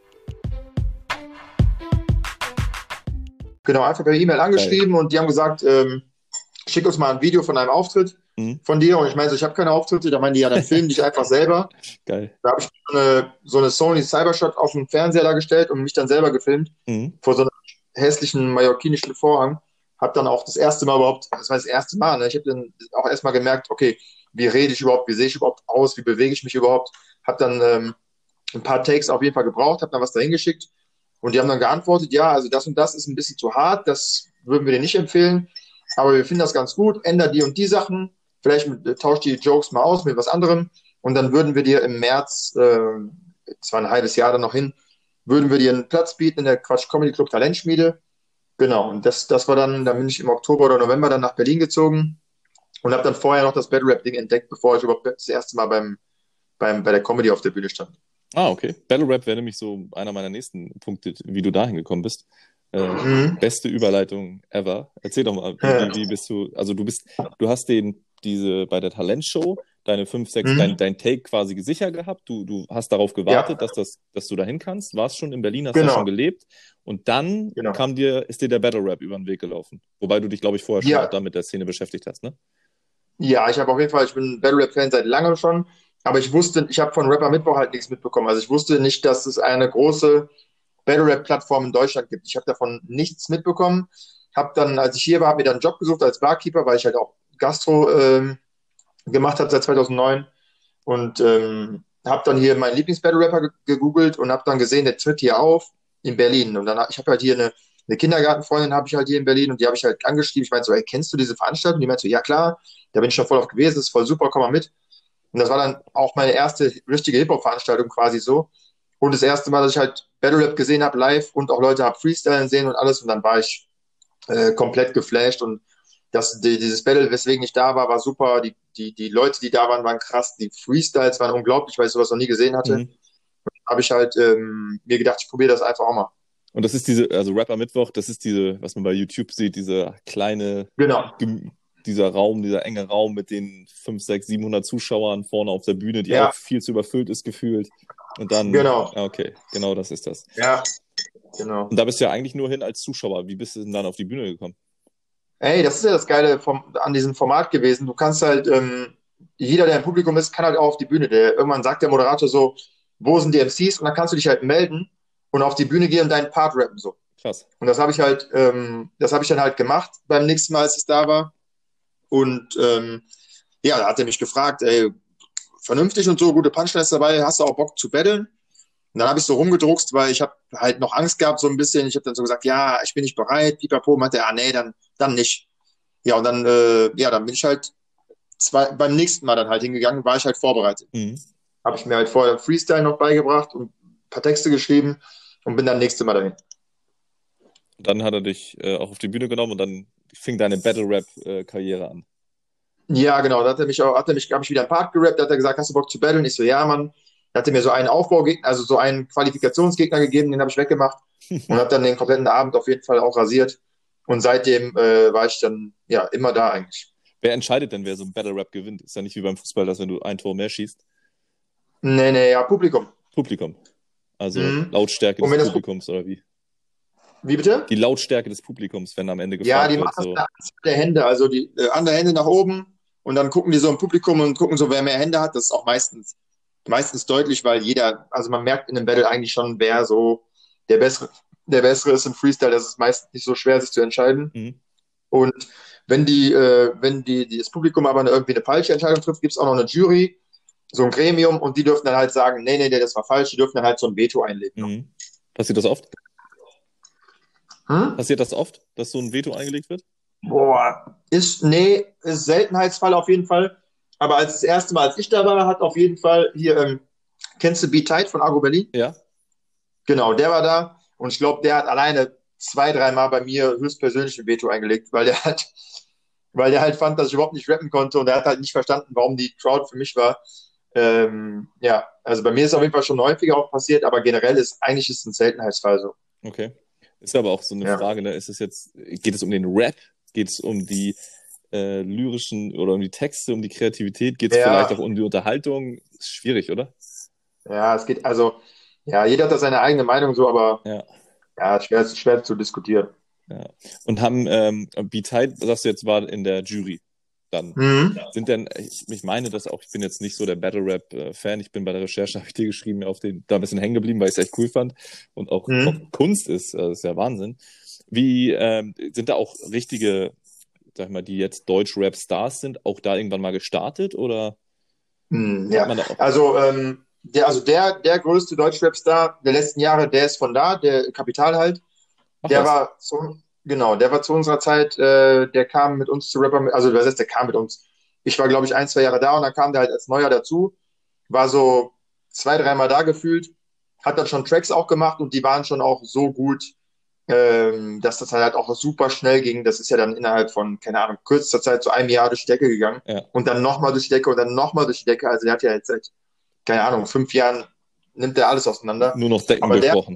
Genau, einfach per E-Mail angeschrieben und die haben gesagt, ähm, schick uns mal ein Video von einem Auftritt Mhm. von dir. Und ich meine so, ich habe keine Auftritte, da meinen die, ja, dann film dich einfach selber. Geil. Da habe ich so eine, so eine Sony Cybershot auf den Fernseher da gestellt und mich dann selber gefilmt Mhm. vor so einem hässlichen mallorquinischen Vorhang. Habe dann auch das erste Mal überhaupt, das war das erste Mal, ne? Ich habe dann auch erstmal gemerkt, okay, wie rede ich überhaupt, wie sehe ich überhaupt aus, wie bewege ich mich überhaupt. Habe dann ähm, ein paar Takes auf jeden Fall gebraucht, habe dann was dahin geschickt und die haben dann geantwortet, ja, also das und das ist ein bisschen zu hart, das würden wir dir nicht empfehlen, aber wir finden das ganz gut, änder die und die Sachen, vielleicht mit, tauscht die Jokes mal aus mit was anderem und dann würden wir dir im März, äh, es war ein halbes Jahr dann noch hin, würden wir dir einen Platz bieten in der Quatsch Comedy Club Talentschmiede. Genau, und das, das war dann, dann bin ich im Oktober oder November dann nach Berlin gezogen und habe dann vorher noch das Battle Rap Ding entdeckt, bevor ich überhaupt das erste Mal beim, beim, bei der Comedy auf der Bühne stand. Ah, okay. Battle Rap wäre nämlich so einer meiner nächsten Punkte, wie du dahin gekommen bist. Äh, Mhm. beste Überleitung ever. Erzähl doch mal, wie, wie, wie bist du, also du bist, du hast den, diese, bei der Talentshow, deine fünf, sechs, dein, Mhm. dein Take quasi gesichert gehabt. Du, du hast darauf Ja, gewartet, dass das, dass du dahin kannst, warst schon in Berlin, hast da schon genau, gelebt und dann genau. kam dir, ist dir der Battle Rap über den Weg gelaufen. Wobei du dich, glaube ich, vorher schon auch Ja, da mit der Szene beschäftigt hast, ne? ja, ich habe auf jeden Fall, ich bin Battle Rap Fan seit langem schon, aber ich wusste, ich habe von Rapper Mittwoch halt nichts mitbekommen. Also ich wusste nicht, dass es eine große Battle Rap Plattform in Deutschland gibt. Ich habe davon nichts mitbekommen. Habe dann, als ich hier war, habe mir dann einen Job gesucht als Barkeeper, weil ich halt auch Gastro ähm, gemacht habe seit zweitausendneun und ähm, habe dann hier meinen Lieblings-Battle-Rapper ge- gegoogelt und habe dann gesehen, der tritt hier auf in Berlin. Und dann hab- ich habe halt hier eine, eine Kindergartenfreundin, habe ich halt hier in Berlin und die habe ich halt angeschrieben. Ich meinte so, ey, kennst du diese Veranstaltung? Die meinte so, ja klar, da bin ich schon voll auf gewesen, das ist voll super, komm mal mit. Und das war dann auch meine erste richtige Hip-Hop-Veranstaltung quasi so. Und das erste Mal, dass ich halt Battle-Rap gesehen habe live und auch Leute habe freestylen sehen und alles. Und dann war ich äh, komplett geflasht und Das, die, dieses Battle, weswegen ich da war, war super. Die, die, die Leute, die da waren, waren krass. Die Freestyles waren unglaublich, weil ich sowas noch nie gesehen hatte. Mhm. Habe ich halt ähm, mir gedacht, ich probiere das einfach auch mal. Und das ist diese, also Rap am Mittwoch, das ist diese, was man bei YouTube sieht, diese kleine, Genau. gem- dieser Raum, dieser enge Raum mit den fünf, sechs, siebenhundert Zuschauern vorne auf der Bühne, die Ja, auch viel zu überfüllt ist gefühlt. Und dann, genau. ja, okay, genau das ist das. Ja, genau. Und da bist du ja eigentlich nur hin als Zuschauer. Wie bist du denn dann auf die Bühne gekommen? Ey, das ist ja das Geile vom, an diesem Format gewesen. Du kannst halt, ähm, jeder, der im Publikum ist, kann halt auch auf die Bühne. Der, irgendwann sagt der Moderator so, wo sind die M Cs? Und dann kannst du dich halt melden und auf die Bühne gehen und deinen Part rappen so. Krass. Und das habe ich halt, ähm, das habe ich dann halt gemacht beim nächsten Mal, als ich da war. Und ähm, ja, da hat er mich gefragt, ey, vernünftig und so, gute Punchlines dabei, hast du auch Bock zu battlen? Und dann habe ich so rumgedruckst, weil ich habe halt noch Angst gehabt so ein bisschen. Ich habe dann so gesagt, ja, ich bin nicht bereit. Pipapo meinte, ah nee, dann, dann nicht. Ja, und dann, äh, ja, dann bin ich halt zwei, beim nächsten Mal dann halt hingegangen, war ich halt vorbereitet. Mhm. Habe ich mir halt vorher Freestyle noch beigebracht und ein paar Texte geschrieben und bin dann nächste Mal dahin. Und dann hat er dich äh, auch auf die Bühne genommen und dann fing deine Battle-Rap-Karriere an. Ja, genau, da hat er mich auch, hat er mich, habe ich wieder ein Part gerappt, da hat er gesagt, hast du Bock zu battlen? Ich so, ja, Mann. Da hat er mir so einen Aufbaugegner, also so einen Qualifikationsgegner gegeben, den habe ich weggemacht und habe dann den kompletten Abend auf jeden Fall auch rasiert. Und seitdem äh, war ich dann ja immer da eigentlich. Wer entscheidet denn, wer so ein Battle-Rap gewinnt? Ist ja nicht wie beim Fußball, dass wenn du ein Tor mehr schießt. Nee, nee, ja, Publikum. Publikum. Also Mhm. Lautstärke Und des wenn das, Publikums oder wie? wie bitte? Die Lautstärke des Publikums, wenn am Ende Ja, gefragt die wird, machen das mit so. der Anzahl der Hände, also die äh, andere Hände nach oben und dann gucken die so im Publikum und gucken so, wer mehr Hände hat. Das ist auch meistens, meistens deutlich, weil jeder, also man merkt in einem Battle eigentlich schon, wer so der Bessere, der Bessere ist im Freestyle. Das ist meistens nicht so schwer, sich zu entscheiden. Mhm. Und wenn die, äh, wenn die, die, das Publikum aber eine, irgendwie eine falsche Entscheidung trifft, gibt es auch noch eine Jury, so ein Gremium und die dürfen dann halt sagen, nee, nee, nee, das war falsch, die dürfen dann halt so ein Veto einlegen. Mhm. Passiert das oft? Hm? Passiert das oft, dass so ein Veto eingelegt wird? Boah, ist, nee, ist Seltenheitsfall auf jeden Fall. Aber als das erste Mal, als ich da war, hat auf jeden Fall hier, ähm, kennst du Beat Tight von Argo Berlin? Ja. Genau, der war da und ich glaube, der hat alleine zwei, dreimal bei mir höchstpersönlich ein Veto eingelegt, weil der halt, weil der halt fand, dass ich überhaupt nicht rappen konnte und er hat halt nicht verstanden, warum die Crowd für mich war. Ähm, ja, also bei mir ist auf jeden Fall schon häufiger auch passiert, aber generell ist eigentlich ist es ein Seltenheitsfall so. Okay. Ist aber auch so eine Ja. Frage, ne? Ist es jetzt, geht es um den Rap? Geht es um die äh, lyrischen oder um die Texte, um die Kreativität? Geht es Ja. vielleicht auch um die Unterhaltung? Ist schwierig, oder? Ja, es geht, also, ja, jeder hat da seine eigene Meinung so, aber Ja. ja, schwer, schwer zu diskutieren. Ja. Und haben, ähm, Beat Tight, sagst du jetzt, war in der Jury dann. Mhm. Sind denn, ich, ich meine das auch, ich bin jetzt nicht so der Battle-Rap-Fan, ich bin bei der Recherche, habe ich dir geschrieben, auf den, da ein bisschen hängen geblieben, weil ich es echt cool fand und auch, Mhm. auch Kunst ist, das ist ja Wahnsinn. Wie, ähm, sind da auch richtige, sag ich mal, die jetzt Deutsch-Rap-Stars sind, auch da irgendwann mal gestartet oder Mhm, hat ja, man da auch? also, ähm, der, also der, der größte Deutschrap-Star der letzten Jahre, der ist von da, der Kapital halt. Ach Der was, war zu, genau, der war zu unserer Zeit, äh, der kam mit uns zu Rapper, also was heißt, der kam mit uns. Ich war, glaube ich, ein, zwei Jahre da und dann kam der halt als Neuer dazu, war so zwei, dreimal da gefühlt, hat dann schon Tracks auch gemacht und die waren schon auch so gut, ähm, dass das halt auch super schnell ging. Das ist ja dann innerhalb von, keine Ahnung, kürzester Zeit zu einem Jahr durch die Decke gegangen ja, und dann nochmal durch die Decke und dann nochmal durch die Decke. Also der hat ja jetzt seit, keine Ahnung, fünf Jahren nimmt er alles auseinander. nur noch Decken Aber der, durchbrochen.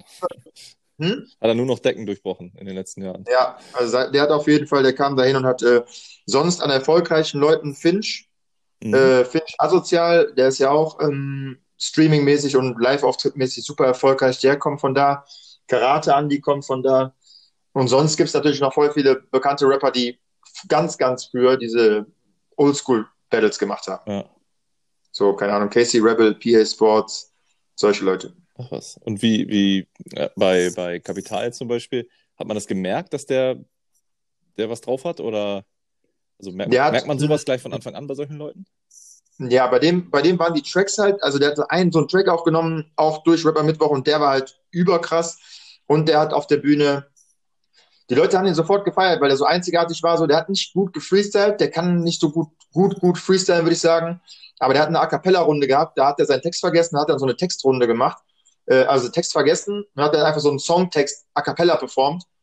hm? Hat er nur noch Decken durchbrochen in den letzten Jahren. Ja, also der hat auf jeden Fall, der kam dahin und hat äh, sonst an erfolgreichen Leuten Finch, Mhm. äh, Finch Asozial, der ist ja auch ähm, streamingmäßig und Live-Auftrittmäßig super erfolgreich, der kommt von da. Karate Andy kommt von da. Und sonst gibt es natürlich noch voll viele bekannte Rapper, die ganz, ganz früher diese Oldschool-Battles gemacht haben. Ja. So, keine Ahnung, Casey Rebel, P A Sports, solche Leute. Ach was. Und wie, wie äh, bei, bei Kapital zum Beispiel, hat man das gemerkt, dass der, der was drauf hat? Oder also merkt, Der hat, merkt man sowas gleich von Anfang an bei solchen Leuten? Ja, bei dem, bei dem waren die Tracks halt, also der hat einen so einen Track aufgenommen, auch durch Rapper Mittwoch und der war halt überkrass. Und der hat auf der Bühne, die Leute haben ihn sofort gefeiert, weil er so einzigartig war. So, der hat nicht gut gefreestylt, der kann nicht so gut, gut, gut freestylen, würde ich sagen. Aber der hat eine A Cappella-Runde gehabt, da hat er seinen Text vergessen, hat dann so eine Textrunde gemacht. Äh, also Text vergessen und hat dann einfach so einen Songtext A Cappella performt.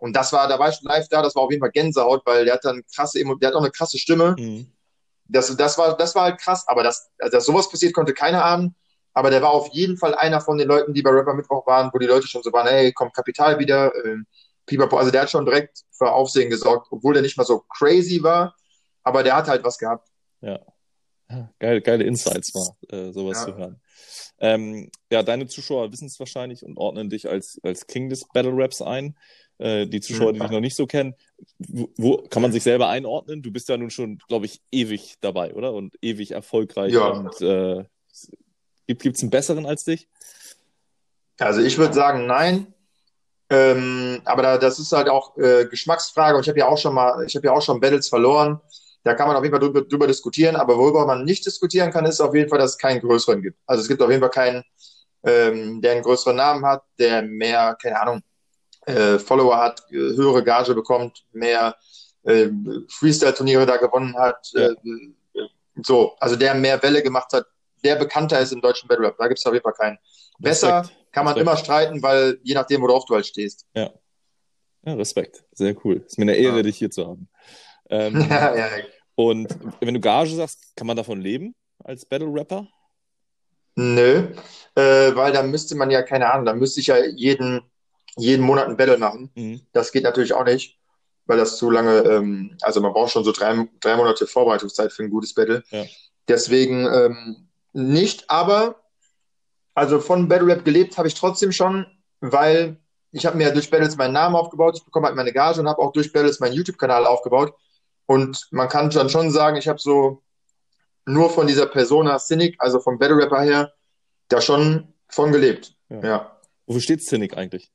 Und das war, da war ich schon live da, das war auf jeden Fall Gänsehaut, weil der hat dann krasse, Emo- der hat auch eine krasse Stimme. Mhm. Das, das war, das war halt krass, aber das, also dass sowas passiert, konnte keiner ahnen. Aber der war auf jeden Fall einer von den Leuten, die bei Rapper Mittwoch waren, wo die Leute schon so waren, hey, kommt Kapital wieder, ähm, Pipapo. Also der hat schon direkt für Aufsehen gesorgt, obwohl der nicht mal so crazy war, aber der hat halt was gehabt. Ja. Geile, geile Insights war, äh, sowas Ja, zu hören. Ähm, ja, deine Zuschauer wissen es wahrscheinlich und ordnen dich als, als King des Battle Raps ein. Äh, die Zuschauer, hm. die dich noch nicht so kennen, wo, wo kann man sich selber einordnen? Du bist ja nun schon, glaube ich, ewig dabei, oder? Und ewig erfolgreich. Ja. Und äh, gibt es einen besseren als dich? Also ich würde sagen, nein. Ähm, aber da, das ist halt auch äh, Geschmacksfrage und ich habe ja auch schon mal, ich habe ja auch schon Battles verloren. Da kann man auf jeden Fall drüber, drüber diskutieren, aber worüber man nicht diskutieren kann, ist auf jeden Fall, dass es keinen größeren gibt. Also es gibt auf jeden Fall keinen, ähm, der einen größeren Namen hat, der mehr, keine Ahnung, äh, Follower hat, äh, höhere Gage bekommt, mehr äh, Freestyle-Turniere da gewonnen hat, Ja, äh, so, also der mehr Welle gemacht hat, der bekannter ist im deutschen Battle Rap. Da gibt es auf jeden Fall keinen. Respekt. Besser kann man immer Respekt. streiten, weil je nachdem, worauf du halt stehst. Ja, ja, Respekt. Sehr cool. Ist mir eine Ehre, Ja. dich hier zu haben. Ja, Ähm, ja. und wenn du Gage sagst, kann man davon leben als Battle Rapper? Nö, äh, weil dann müsste man ja, keine Ahnung, dann müsste ich ja jeden, jeden Monat ein Battle machen. Mhm. Das geht natürlich auch nicht, weil das zu lange, ähm, also man braucht schon so drei, drei Monate Vorbereitungszeit für ein gutes Battle. Ja. Deswegen ähm, nicht, aber also von Battle Rap gelebt habe ich trotzdem schon, weil ich habe mir ja durch Battles meinen Namen aufgebaut, ich bekomme halt meine Gage und habe auch durch Battles meinen YouTube-Kanal aufgebaut. Und man kann dann schon sagen, ich habe so nur von dieser Persona Cynic, also vom Battle Rapper her, da schon von gelebt. Ja. Ja. Wofür steht Cynic eigentlich?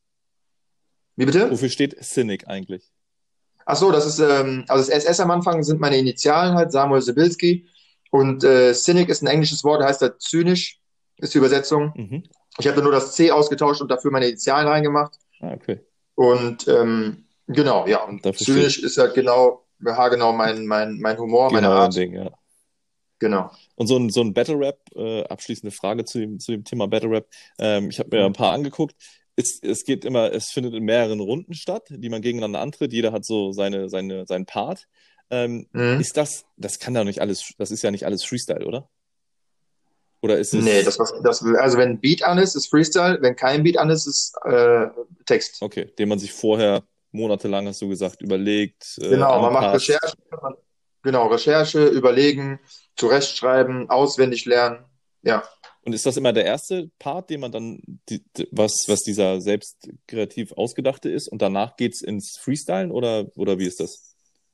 Wie bitte? Wofür steht Cynic eigentlich? Ach so, das ist, ähm, also das S S am Anfang sind meine Initialen halt, Samuel Sibilski. Und äh, Cynic ist ein englisches Wort, heißt halt zynisch, ist die Übersetzung. Mhm. Ich habe da nur das C ausgetauscht und dafür meine Initialen reingemacht. Ah, okay. Und ähm, genau, ja, und Dafür steht zynisch ist halt genau, haargenau mein, mein, mein Humor, meine genau dein Art. Ding, ja. Genau. Und so ein, so ein Battle Rap, äh, abschließende Frage zu dem, zu dem Thema Battle Rap. Ähm, ich habe mir ein paar angeguckt. Es, es geht immer, es findet in mehreren Runden statt, die man gegeneinander antritt. Jeder hat so seine, seine, seinen Part. Ähm, Mhm. ist das, das kann doch nicht alles, das ist ja nicht alles Freestyle, oder? Oder ist Nee, es, das, was, das, also wenn ein Beat an ist, ist Freestyle, wenn kein Beat an ist, ist äh, Text. okay, den man sich vorher monatelang, hast du gesagt, überlegt, äh, Genau, man macht anpasst? Recherche, genau, Recherche, überlegen, zurechtschreiben, auswendig lernen. Ja. Und ist das immer der erste Part, den man dann, die, die, was, was dieser selbst kreativ ausgedachte ist und danach geht's ins Freestylen oder, oder wie ist das?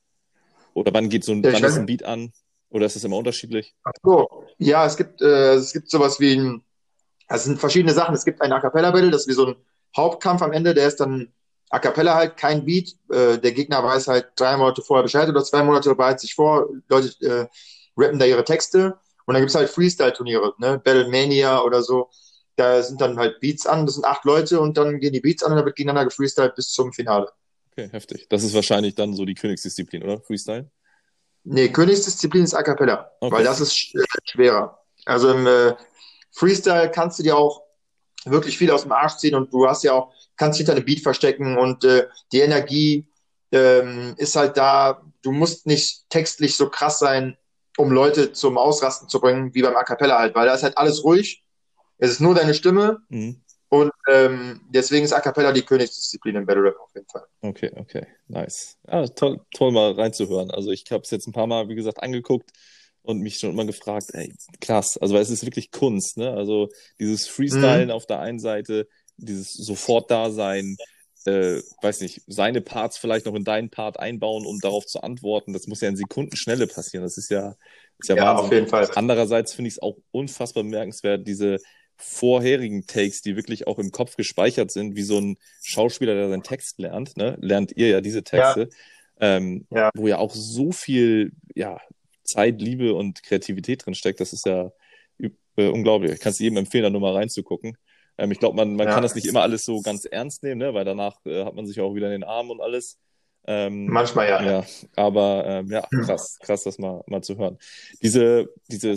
Oder wann geht so ein, Ja, ich wann ist ein weiß, Beat an? Oder ist das immer unterschiedlich? ach so. Ja, es gibt, äh, es gibt sowas wie ein, es sind verschiedene Sachen. Es gibt ein A Cappella Battle, das ist wie so ein Hauptkampf am Ende, der ist dann A Cappella halt, kein Beat. Äh, der Gegner weiß halt drei Monate vorher Bescheid oder zwei Monate bereitet sich vor. Leute äh, rappen da ihre Texte. Und dann gibt's halt Freestyle-Turniere, ne? Battle Mania oder so. Da sind dann halt Beats an, das sind acht Leute und dann gehen die Beats an und dann wird gegeneinander gefreestylt bis zum Finale. Okay, heftig. Das ist wahrscheinlich dann so die Königsdisziplin, oder? Freestyle? Nee, Königsdisziplin ist A Cappella, weil Okay. das ist sch- äh, schwerer. Also im äh, Freestyle kannst du dir auch wirklich viel aus dem Arsch ziehen und du hast ja auch, kannst hinter einem Beat verstecken und äh, die Energie ähm, ist halt da. Du musst nicht textlich so krass sein, um Leute zum Ausrasten zu bringen, wie beim A Cappella halt, weil da ist halt alles ruhig. Es ist nur deine Stimme Mhm. und ähm, deswegen ist A Cappella die Königsdisziplin im Battle Rap auf jeden Fall. Okay, okay, nice. Ja, toll, toll mal reinzuhören. Also ich habe es jetzt ein paar Mal, wie gesagt, angeguckt und mich schon immer gefragt, ey, krass. Also weil es ist wirklich Kunst, ne? Also dieses Freestylen Mhm. auf der einen Seite, dieses Sofort-Dasein, äh, weiß nicht, seine Parts vielleicht noch in deinen Part einbauen, um darauf zu antworten. Das muss ja in Sekundenschnelle passieren. Das ist ja, ist ja Ja, auf Wahnsinn. jeden Fall. Andererseits finde ich es auch unfassbar bemerkenswert, diese vorherigen Takes, die wirklich auch im Kopf gespeichert sind, wie so ein Schauspieler, der seinen Text lernt, ne? Lernt ihr ja diese Ja, Texte, ähm, ja. wo ja auch so viel, ja, Zeit, Liebe und Kreativität drin steckt. Das ist ja äh, unglaublich. Ich kann es jedem empfehlen, da nur mal reinzugucken. Ähm, ich glaube, man, man kann Ja, das nicht immer alles so ganz ernst nehmen, ne? Weil danach äh, hat man sich auch wieder in den Armen und alles. Ähm, manchmal ja. ja, aber ähm, ja, krass, krass, das mal, mal zu hören. Diese, dieses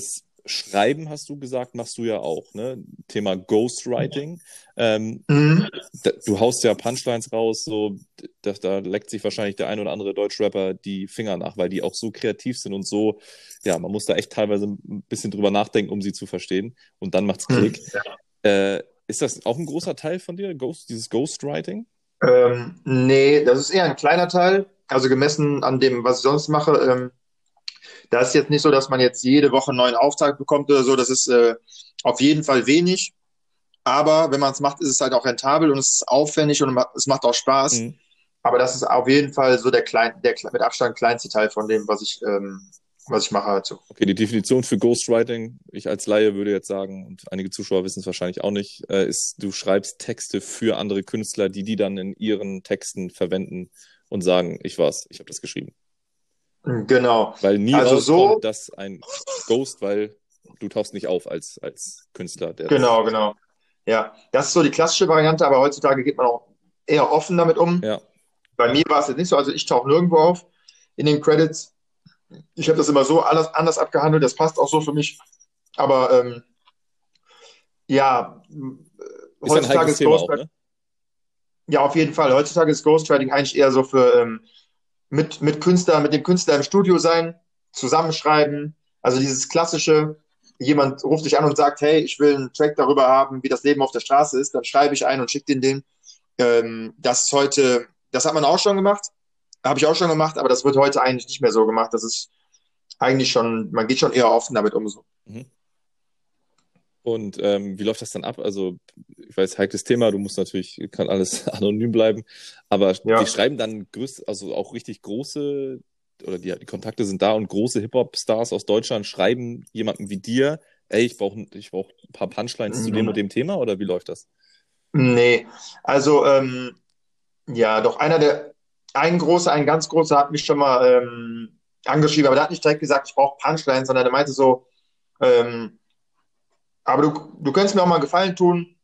Schreiben, hast du gesagt, machst du ja auch, ne? Thema Ghostwriting. Ähm, Mhm. da, du haust ja Punchlines raus, so, da, da leckt sich wahrscheinlich der ein oder andere Deutschrapper die Finger nach, weil die auch so kreativ sind und so, ja, man muss da echt teilweise ein bisschen drüber nachdenken, um sie zu verstehen. Und dann macht's Mhm. Klick. Äh, ist das auch ein großer Teil von dir, Ghost, dieses Ghostwriting? Ähm, nee, das ist eher ein kleiner Teil. Also gemessen an dem, was ich sonst mache. Ähm, da ist jetzt nicht so, dass man jetzt jede Woche einen neuen Auftrag bekommt oder so. Das ist äh, auf jeden Fall wenig. Aber wenn man es macht, ist es halt auch rentabel und es ist aufwendig und ma- es macht auch Spaß. Mhm. Aber das ist auf jeden Fall so der klein, der kle- mit Abstand kleinste Teil von dem, was ich, ähm, was ich mache halt so. Okay, die Definition für Ghostwriting, ich als Laie würde jetzt sagen, und einige Zuschauer wissen es wahrscheinlich auch nicht, äh, ist, du schreibst Texte für andere Künstler, die die dann in ihren Texten verwenden und sagen, ich war's, ich habe das geschrieben. Genau. Weil nie Also so, rauskommt, dass ein Ghost, weil du tauchst nicht auf als, als Künstler, der das. genau, genau. Ja, das ist so die klassische Variante, aber heutzutage geht man auch eher offen damit um. Ja. Bei mir war es jetzt nicht so, also ich tauche nirgendwo auf in den Credits. Ich habe das immer so alles anders abgehandelt, das passt auch so für mich. Aber ähm, ja, Ist ja ein heutzutage heikles ist Thema auch, Ghostwriting, ne? ja auf jeden Fall, heutzutage ist Ghostwriting eigentlich eher so für ähm, mit, mit Künstler, mit dem Künstler im Studio sein, zusammenschreiben. Also dieses klassische, jemand ruft dich an und sagt, hey, ich will einen Track darüber haben, wie das Leben auf der Straße ist, dann schreibe ich ein und schicke den den. Ähm, das ist heute, das hat man auch schon gemacht, habe ich auch schon gemacht, aber das wird heute eigentlich nicht mehr so gemacht. Das ist eigentlich schon, man geht schon eher offen damit um so. Mhm. Und ähm, wie läuft das dann ab? Also, ich weiß, heikles Thema, du musst natürlich, kann alles anonym bleiben, aber die Ja. schreiben dann größ, also auch richtig große, oder die, die Kontakte sind da und große Hip-Hop-Stars aus Deutschland schreiben jemanden wie dir, ey, ich brauche ich brauch ein paar Punchlines zu dem und dem Thema, oder wie läuft das? Nee, also ähm, ja, doch einer der, ein großer, ein ganz großer hat mich schon mal ähm, angeschrieben, aber der hat nicht direkt gesagt, ich brauche Punchlines, sondern der meinte so, ähm, aber du, du könntest mir auch mal einen Gefallen tun.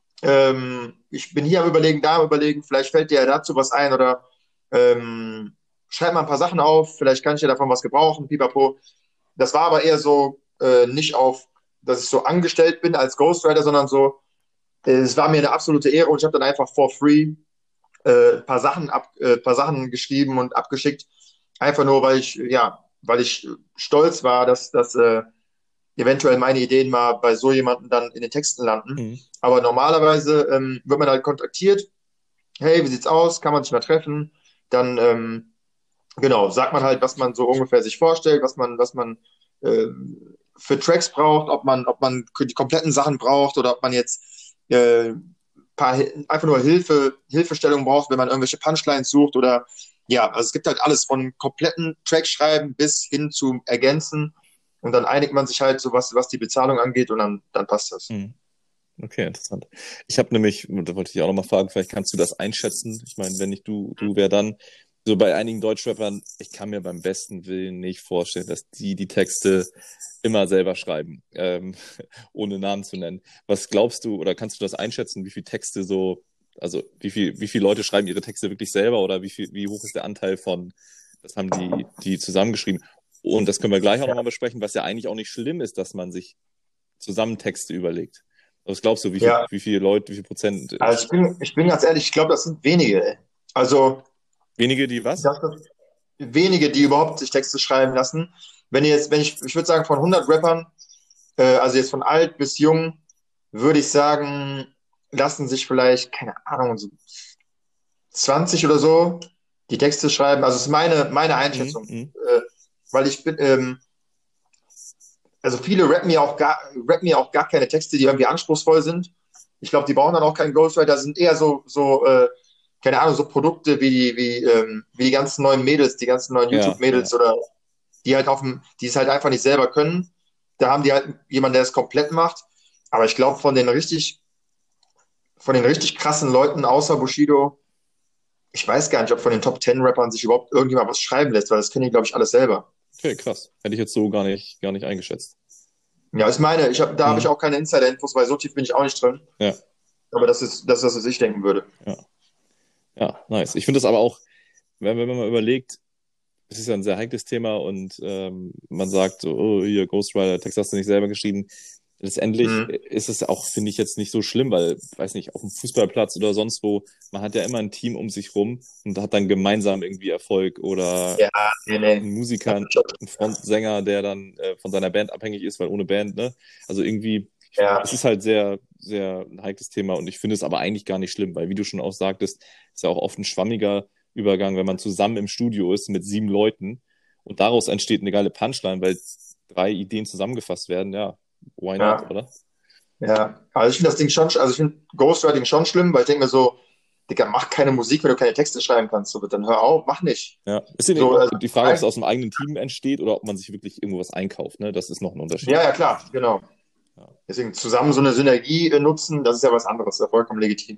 Ähm, ich bin hier am Überlegen, da am Überlegen, vielleicht fällt dir ja dazu was ein oder ähm, schreib mal ein paar Sachen auf, vielleicht kann ich ja davon was gebrauchen, pipapo. Das war aber eher so äh, nicht auf, dass ich so angestellt bin als Ghostwriter, sondern so, äh, es war mir eine absolute Ehre und ich habe dann einfach for free äh, paar Sachen ab, äh, paar Sachen geschrieben und abgeschickt. Einfach nur, weil ich, ja, weil ich stolz war, dass, dass äh, eventuell meine Ideen mal bei so jemandem dann in den Texten landen. Mhm. Aber normalerweise ähm, wird man halt kontaktiert. Hey, wie sieht's aus? Kann man sich mal treffen? Dann, ähm, genau, sagt man halt, was man so ungefähr sich vorstellt, was man, was man äh, für Tracks braucht, ob man, ob man die kompletten Sachen braucht oder ob man jetzt äh, paar, einfach nur Hilfe, Hilfestellung braucht, wenn man irgendwelche Punchlines sucht oder ja, also es gibt halt alles von kompletten Track schreiben bis hin zu ergänzen und dann einigt man sich halt so was, was die Bezahlung angeht und dann, dann passt das. Mhm. Okay, interessant. Ich habe nämlich, da wollte ich dich auch nochmal fragen, vielleicht kannst du das einschätzen. Ich meine, wenn nicht du, du, wer dann? So bei einigen Deutschrappern, ich kann mir beim besten Willen nicht vorstellen, dass die die Texte immer selber schreiben, ähm, ohne Namen zu nennen. Was glaubst du, oder kannst du das einschätzen, wie viele Texte so, also wie viel, wie viele Leute schreiben ihre Texte wirklich selber oder wie viel, wie hoch ist der Anteil von, das haben die, die zusammengeschrieben? Und das können wir gleich auch Ja. nochmal besprechen, was ja eigentlich auch nicht schlimm ist, dass man sich zusammen Texte überlegt. Was glaubst du, wie viel, Ja, wie viele Leute, wie viel Prozent? äh, also ich bin, ich bin ganz ehrlich, ich glaube, das sind wenige. Ey. Also Wenige, die was? das sind wenige, die überhaupt sich Texte schreiben lassen. Wenn ihr jetzt, wenn ich, ich würde sagen, von hundert Rappern, äh, also jetzt von alt bis jung, würde ich sagen, lassen sich vielleicht, keine Ahnung, so zwanzig oder so die Texte schreiben. Also das ist meine, meine Mhm, Einschätzung. mhm. Äh, weil ich bin, ähm, also viele rappen mir auch gar, rappen mir auch gar keine Texte, die irgendwie anspruchsvoll sind. Ich glaube, die brauchen dann auch keinen Ghostwriter, das sind eher so, so, äh, keine Ahnung, so Produkte wie die, wie, ähm, wie die ganzen neuen Mädels, die ganzen neuen Ja, ja. YouTube-Mädels oder die halt auf dem, die es halt einfach nicht selber können. Da haben die halt jemanden, der es komplett macht. Aber ich glaube, von den richtig, von den richtig krassen Leuten außer Bushido, ich weiß gar nicht, ob von den Top Ten Rappern sich überhaupt irgendjemand was schreiben lässt, weil das können die, glaube ich, alles selber. Okay, krass. Hätte ich jetzt so gar nicht, gar nicht eingeschätzt. Ja, ist meine, ich hab, da habe ich Mhm. auch keine Insider-Infos, weil so tief bin ich auch nicht drin. Ja, Aber das ist das, ist das, was ich denken würde. ja, ja, nice. Ich finde das aber auch, wenn, wenn man mal überlegt, es ist ja ein sehr heikles Thema und ähm, man sagt so, oh, hier, Ghostwriter, Text hast du nicht selber geschrieben. Letztendlich Mhm. ist es auch, finde ich, jetzt nicht so schlimm, weil, weiß nicht, auf dem Fußballplatz oder sonst wo, man hat ja immer ein Team um sich rum und hat dann gemeinsam irgendwie Erfolg oder Ja, nee, nee. ein Musiker, ein Frontsänger, der dann äh, von seiner Band abhängig ist, weil ohne Band, ne? Also irgendwie, Ja, es ist halt sehr, sehr ein heikles Thema und ich finde es aber eigentlich gar nicht schlimm, weil wie du schon auch sagtest, ist ja auch oft ein schwammiger Übergang, wenn man zusammen im Studio ist mit sieben Leuten und daraus entsteht eine geile Punchline, weil drei Ideen zusammengefasst werden, ja, why not, ja, oder? ja. Also ich finde das Ding schon, also ich finde Ghostwriting schon schlimm, weil ich denke mir so, Digga, mach keine Musik, wenn du keine Texte schreiben kannst. So, dann hör auf, mach nicht. Ja. Ist ja So, also, die Frage, ob es aus dem eigenen Team entsteht oder ob man sich wirklich irgendwo was einkauft, ne? Das ist noch ein Unterschied. ja, ja, klar, genau. Ja, Deswegen zusammen so eine Synergie äh, nutzen, das ist ja was anderes, ja, vollkommen legitim.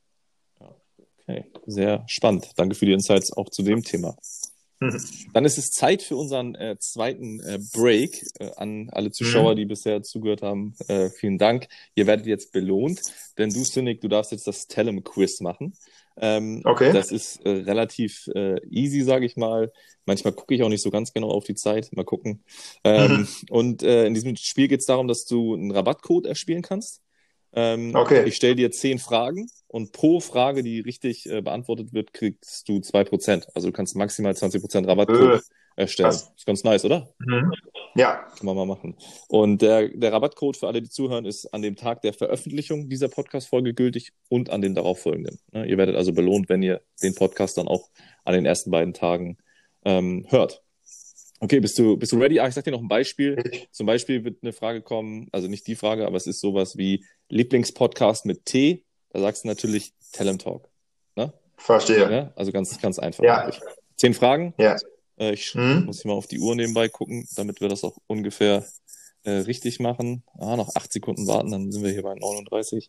ja. Okay, sehr spannend. Danke für die Insights auch zu dem Thema. Mhm. Dann ist es Zeit für unseren äh, zweiten äh, Break. Äh, an alle Zuschauer, Mhm. die bisher zugehört haben, äh, vielen Dank. Ihr werdet jetzt belohnt, denn du, Cynic, du darfst jetzt das Tellem-Quiz machen. Ähm, Okay. das ist äh, relativ äh, easy, sage ich mal. Manchmal gucke ich auch nicht so ganz genau auf die Zeit. Mal gucken. Ähm, Mhm. und äh, in diesem Spiel geht es darum, dass du einen Rabattcode erspielen kannst. Ähm, Okay. ich stelle dir zehn Fragen und pro Frage, die richtig äh, beantwortet wird, kriegst du zwei Prozent. Also du kannst maximal zwanzig Prozent Rabattcode Äh, erstellen. krass. Ist ganz nice, oder? Mhm. Ja. Kann man mal machen. Und der, der Rabattcode für alle, die zuhören, ist an dem Tag der Veröffentlichung dieser Podcast-Folge gültig und an den darauffolgenden. Ne? Ihr werdet also belohnt, wenn ihr den Podcast dann auch an den ersten beiden Tagen ähm, hört. Okay, bist du, bist du ready? Ah, ich sag dir noch ein Beispiel. Ich Zum Beispiel wird eine Frage kommen, also nicht die Frage, aber es ist sowas wie Lieblingspodcast mit T. Da sagst du natürlich Tellem Talk. Ne? verstehe. Ja? Also ganz, ganz einfach Ja. eigentlich. Zehn Fragen. Ja. Äh, ich Mhm. muss hier mal auf die Uhr nebenbei gucken, damit wir das auch ungefähr äh, richtig machen. Ah, noch acht Sekunden warten, dann sind wir hier bei neununddreißig.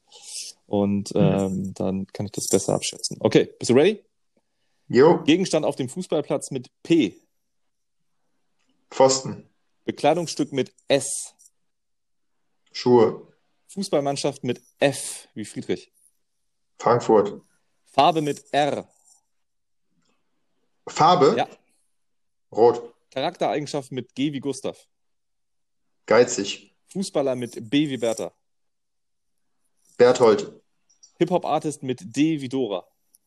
Und Mhm. ähm, dann kann ich das besser abschätzen. Okay, bist du ready? Jo. Gegenstand auf dem Fußballplatz mit P. Pfosten. Bekleidungsstück mit S. Schuhe. Fußballmannschaft mit F wie Friedrich. Frankfurt. Farbe mit R. Farbe. Ja. Rot. Charaktereigenschaft mit G wie Gustav. Geizig. Fußballer mit B wie Bertha. Berthold. Hip-Hop-Artist mit D wie Dora.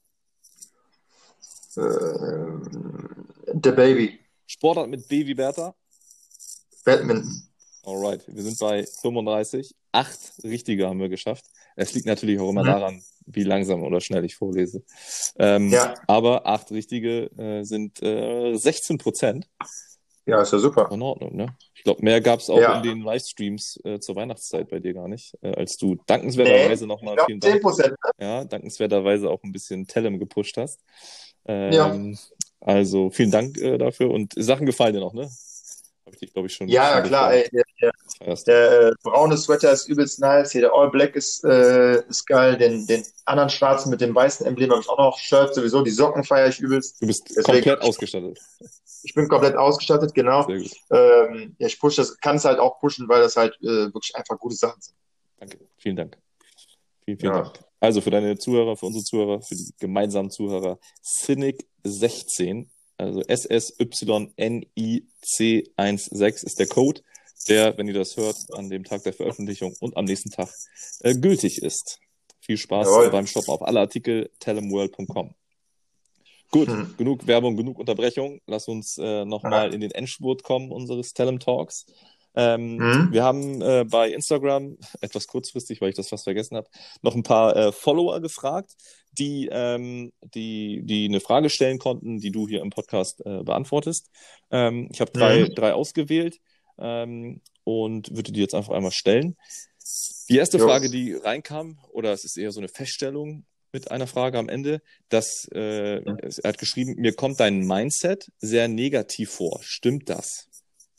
Äh, der Baby. Sportart mit B wie Bertha. Badminton. Alright, wir sind bei fünfunddreißig. Acht richtige haben wir geschafft. Es liegt natürlich auch immer Mhm. daran, wie langsam oder schnell ich vorlese. Ähm, Ja. aber acht richtige äh, sind äh, sechzehn Prozent. Ja, ist ja super. In Ordnung, ne? Ich glaube, mehr gab es auch Ja. in den Livestreams äh, zur Weihnachtszeit bei dir gar nicht, äh, als du Nee, dankenswerterweise ich nochmal glaube vielen zehn Dank, Prozent. ja, dankenswerterweise auch ein bisschen Tellem gepusht hast. Ja. Ähm, also vielen Dank äh, dafür und Sachen gefallen dir noch, ne? Habe ich dich, glaube ich, schon, Ja, schon ja, klar, ey. gefragt. Der, der, Das feierst du. der äh, braune Sweater ist übelst nice. Hier der All Black ist, äh, ist geil. Den, den anderen schwarzen mit dem weißen Emblem habe ich auch noch. Shirt sowieso. Die Socken feiere ich übelst. Du bist Deswegen, komplett ausgestattet. ich bin komplett ausgestattet, genau. Sehr gut. Ähm, ja, ich push das, kann es halt auch pushen, weil das halt äh, wirklich einfach gute Sachen sind. Danke. Vielen Dank. Vielen, vielen Ja. Dank. Also für deine Zuhörer, für unsere Zuhörer, für die gemeinsamen Zuhörer, Cynic sechzehn, also S S Y N I C sechzehn ist der Code, der, wenn ihr das hört, an dem Tag der Veröffentlichung und am nächsten Tag äh, gültig ist. Viel Spaß Jawohl. beim Shoppen auf alle Artikel tellemworld punkt com. Gut, Hm. genug Werbung, genug Unterbrechung. Lass uns äh, nochmal Ja. in den Endspurt kommen unseres Tellem Talks. Ähm, Hm. wir haben äh, bei Instagram, etwas kurzfristig, weil ich das fast vergessen habe, noch ein paar äh, Follower gefragt, die, ähm, die, die eine Frage stellen konnten, die du hier im Podcast äh, beantwortest. Ähm, ich habe drei, Hm. drei ausgewählt ähm, und würde die jetzt einfach einmal stellen. Die erste Jo. Frage, die reinkam, oder es ist eher so eine Feststellung mit einer Frage am Ende, dass äh, es- er hat geschrieben, mir kommt dein Mindset sehr negativ vor. Stimmt das?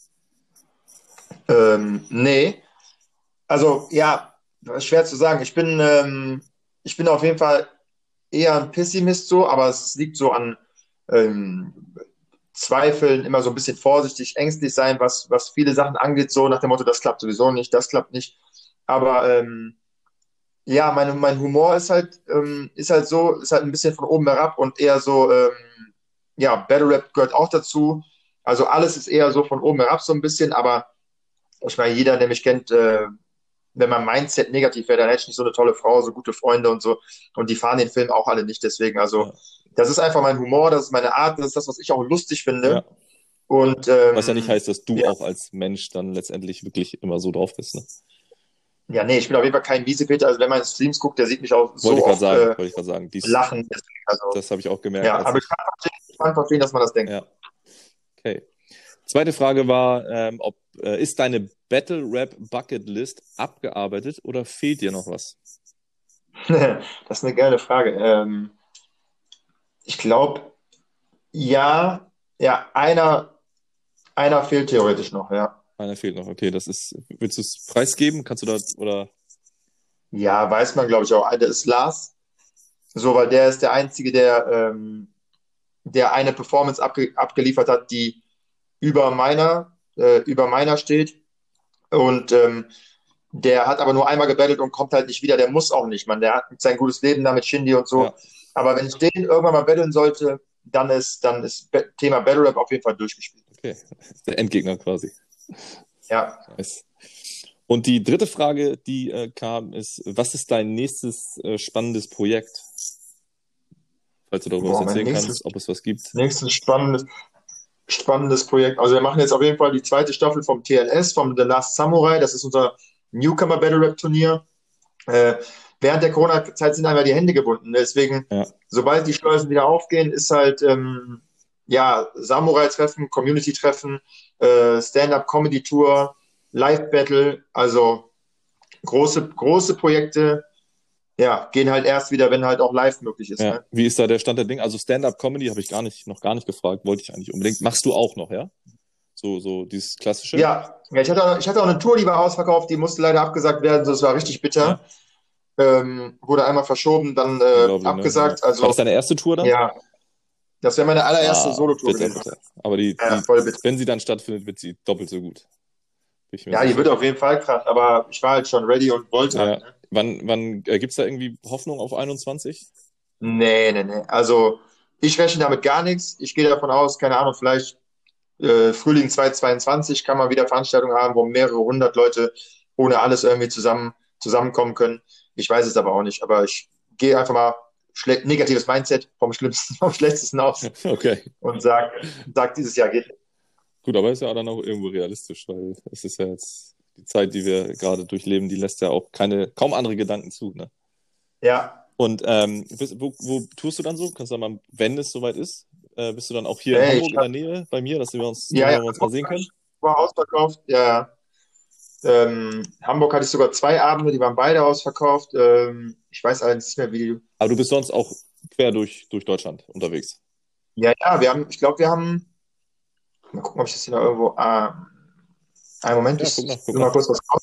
Ähm, nee. Also, ja, schwer zu sagen. Ich bin, ähm, ich bin auf jeden Fall eher ein Pessimist so, aber es liegt so an ähm, Zweifeln, immer so ein bisschen vorsichtig, ängstlich sein, was, was viele Sachen angeht, so nach dem Motto, das klappt sowieso nicht, das klappt nicht. Aber ähm, ja, meine, mein Humor ist halt, ähm, ist halt so, ist halt ein bisschen von oben herab und eher so, ähm, ja, Battle Rap gehört auch dazu. Also alles ist eher so von oben herab so ein bisschen, aber ich meine, jeder, der mich kennt, äh, wenn mein Mindset negativ wäre, dann hätte ich nicht so eine tolle Frau, so gute Freunde und so. Und die fahren den Film auch alle nicht deswegen. Also Ja. das ist einfach mein Humor, das ist meine Art, das ist das, was ich auch lustig Ja. finde. Und Was ja nicht ähm, heißt, dass du ja, auch als Mensch dann letztendlich wirklich immer so drauf bist, ne? ja, nee, ich bin auf jeden Fall kein Miesepeter. Also wenn man in Streams guckt, der sieht mich auch Wollte ich so gerade oft sagen, äh, wollte ich gerade sagen. Dies, lachen. Deswegen, also, das habe ich auch gemerkt, ja, als aber ich ich. kann verstehen, ich kann verstehen, dass man das denkt. Ja, okay. Zweite Frage war, ähm, ob äh, ist deine Battle Rap Bucket List abgearbeitet oder fehlt dir noch was? Das ist eine geile Frage. Ähm, ich glaube, ja, ja, einer, einer fehlt theoretisch noch, ja. Einer fehlt noch. Okay, das ist. Willst du es preisgeben? Kannst du da oder? Ja, weiß man, glaube ich, auch. Der ist Lars. So, weil der ist der Einzige, der, ähm, der eine Performance abge abgeliefert hat, die über meiner, äh, über meiner steht. Und ähm, der hat aber nur einmal gebettelt und kommt halt nicht wieder. Der muss auch nicht, man. Der hat sein gutes Leben da mit Shindy und Ja, so. Aber wenn ich den irgendwann mal betteln sollte, dann ist, dann ist Be Thema Battle Rap auf jeden Fall durchgespielt. okay. Der Endgegner quasi. Ja. Nice. Und die dritte Frage, die äh, kam, ist: Was ist dein nächstes äh, spannendes Projekt? Falls du darüber was Boah, mein erzählen nächstes, kannst, ob es was gibt. nächstes spannendes, spannendes Projekt. Also wir machen jetzt auf jeden Fall die zweite Staffel vom T L S, vom The Last Samurai. Das ist unser Newcomer Battle Rap Turnier. Äh, während der Corona-Zeit sind einmal die Hände gebunden. Deswegen, Ja, sobald die Schleusen wieder aufgehen, ist halt ähm, ja Samurai-Treffen, Community-Treffen, äh, Stand-up-Comedy-Tour, Live-Battle, also große, große Projekte, ja, gehen halt erst wieder, wenn halt auch live möglich ist, ja. ne? Wie ist da der Stand der Dinge? Also Stand-up-Comedy habe ich gar nicht, noch gar nicht gefragt, wollte ich eigentlich unbedingt. Machst du auch noch, ja? So, so dieses klassische? Ja, ja ich hatte, ich hatte auch eine Tour, die war ausverkauft, die musste leider abgesagt werden, so, das war richtig Ja, bitter. Ähm, wurde einmal verschoben, dann äh, unglaublich, ne? Ja. abgesagt, War das also deine erste Tour dann? ja, das wäre meine allererste Ah, Solotour bitter, gewesen. bitter. Aber die, Ja, die, voll bitter. wenn sie dann stattfindet, wird sie doppelt so gut. Bin ich mir Ja, die sicher. wird auf jeden Fall krass, aber ich war halt schon ready und wollte halt, Ja. ne? Wann, wann äh, gibt's da irgendwie Hoffnung auf einundzwanzig? Nee, nee, nee. Also ich rechne damit gar nichts. Ich gehe davon aus, keine Ahnung, vielleicht äh, Frühling zweitausendzweiundzwanzig kann man wieder Veranstaltungen haben, wo mehrere hundert Leute ohne alles irgendwie zusammen zusammenkommen können. Ich weiß es aber auch nicht. Aber ich gehe einfach mal schle- negatives Mindset vom Schlimmsten, vom Schlechtesten aus Okay. und sag, sag dieses Jahr geht. Gut, aber ist ja dann auch irgendwo realistisch, weil es ist ja jetzt die Zeit, die wir gerade durchleben, die lässt ja auch keine, kaum andere Gedanken zu, ne? Ja, Und ähm, bist, wo, wo tust du dann so? Kannst du dann mal, wenn es soweit ist, äh, bist du dann auch hier in ey, Hamburg ich in hab, der Nähe bei mir, dass wir uns, ja, ja, wir uns mal sehen können? war ausverkauft. Ja, ja. Ähm, Hamburg hatte ich sogar zwei Abende, die waren beide ausverkauft. Ähm, ich weiß allerdings nicht mehr, wie die. Aber du bist sonst auch quer durch, durch Deutschland unterwegs. Ja, ja, wir haben, ich glaube, wir haben. Mal gucken, ob ich das hier noch irgendwo. Ah, einen Moment, Ja, ich, guck nach, ich guck will mal nach. kurz was raus.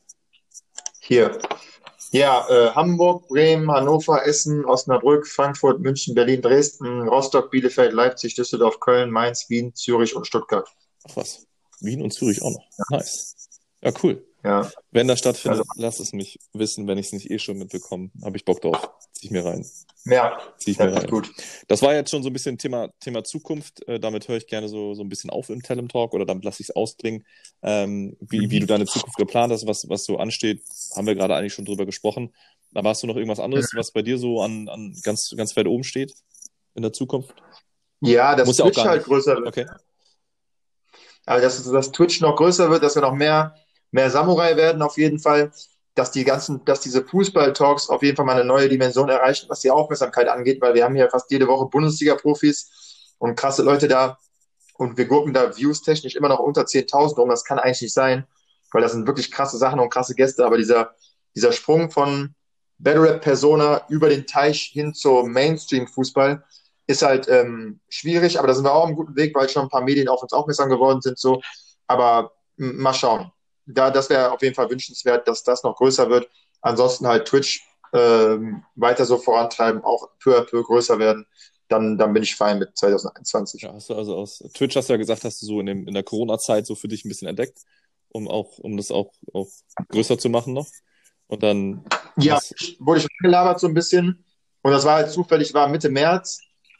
Hier. Ja, äh, Hamburg, Bremen, Hannover, Essen, Osnabrück, Frankfurt, München, Berlin, Dresden, Rostock, Bielefeld, Leipzig, Düsseldorf, Köln, Mainz, Wien, Zürich und Stuttgart. Ach was. Wien und Zürich auch noch. Nice. Ja, cool. Ja, Wenn das also stattfindet, lass es mich wissen, wenn ich es nicht eh schon mitbekomme. Habe ich Bock drauf. Zieh ich mir rein. ja, Zieh ich mir das wird rein. gut. Das war jetzt schon so ein bisschen Thema, Thema Zukunft. Äh, damit höre ich gerne so, so ein bisschen auf im Talent Talk oder damit lasse ich es ausklingen. Ähm, wie, wie du deine Zukunft geplant hast, was, was so ansteht, haben wir gerade eigentlich schon drüber gesprochen. Aber hast du noch irgendwas anderes, was bei dir so an, an ganz, ganz weit oben steht in der Zukunft? Ja, dass Muss ja auch Twitch gar halt nicht. größer wird. Okay. Also, dass, dass Twitch noch größer wird, dass wir noch mehr, mehr Samurai werden, auf jeden Fall. Dass die ganzen, dass diese Fußball-Talks auf jeden Fall mal eine neue Dimension erreichen, was die Aufmerksamkeit angeht, weil wir haben hier fast jede Woche Bundesliga-Profis und krasse Leute da und wir gurken da views-technisch immer noch unter zehntausend rum. Das kann eigentlich nicht sein, weil das sind wirklich krasse Sachen und krasse Gäste, aber dieser, dieser Sprung von Battle-Rap-Persona über den Teich hin zum Mainstream-Fußball ist halt ähm, schwierig, aber da sind wir auch auf einem guten Weg, weil schon ein paar Medien auf uns aufmerksam geworden sind. So. Aber m- mal schauen. Da, das wäre auf jeden Fall wünschenswert, dass das noch größer wird. Ansonsten halt Twitch ähm, weiter so vorantreiben, auch peu à peu größer werden. Dann, dann bin ich fein mit zwanzig einundzwanzig. Ja, hast du also aus Twitch hast du ja gesagt, hast du so in dem, in der Corona-Zeit so für dich ein bisschen entdeckt, um auch, um das auch, auch größer zu machen noch. Und dann Ja, hast, ich- wurde ich gelabert so ein bisschen. Und das war halt zufällig, war Mitte März.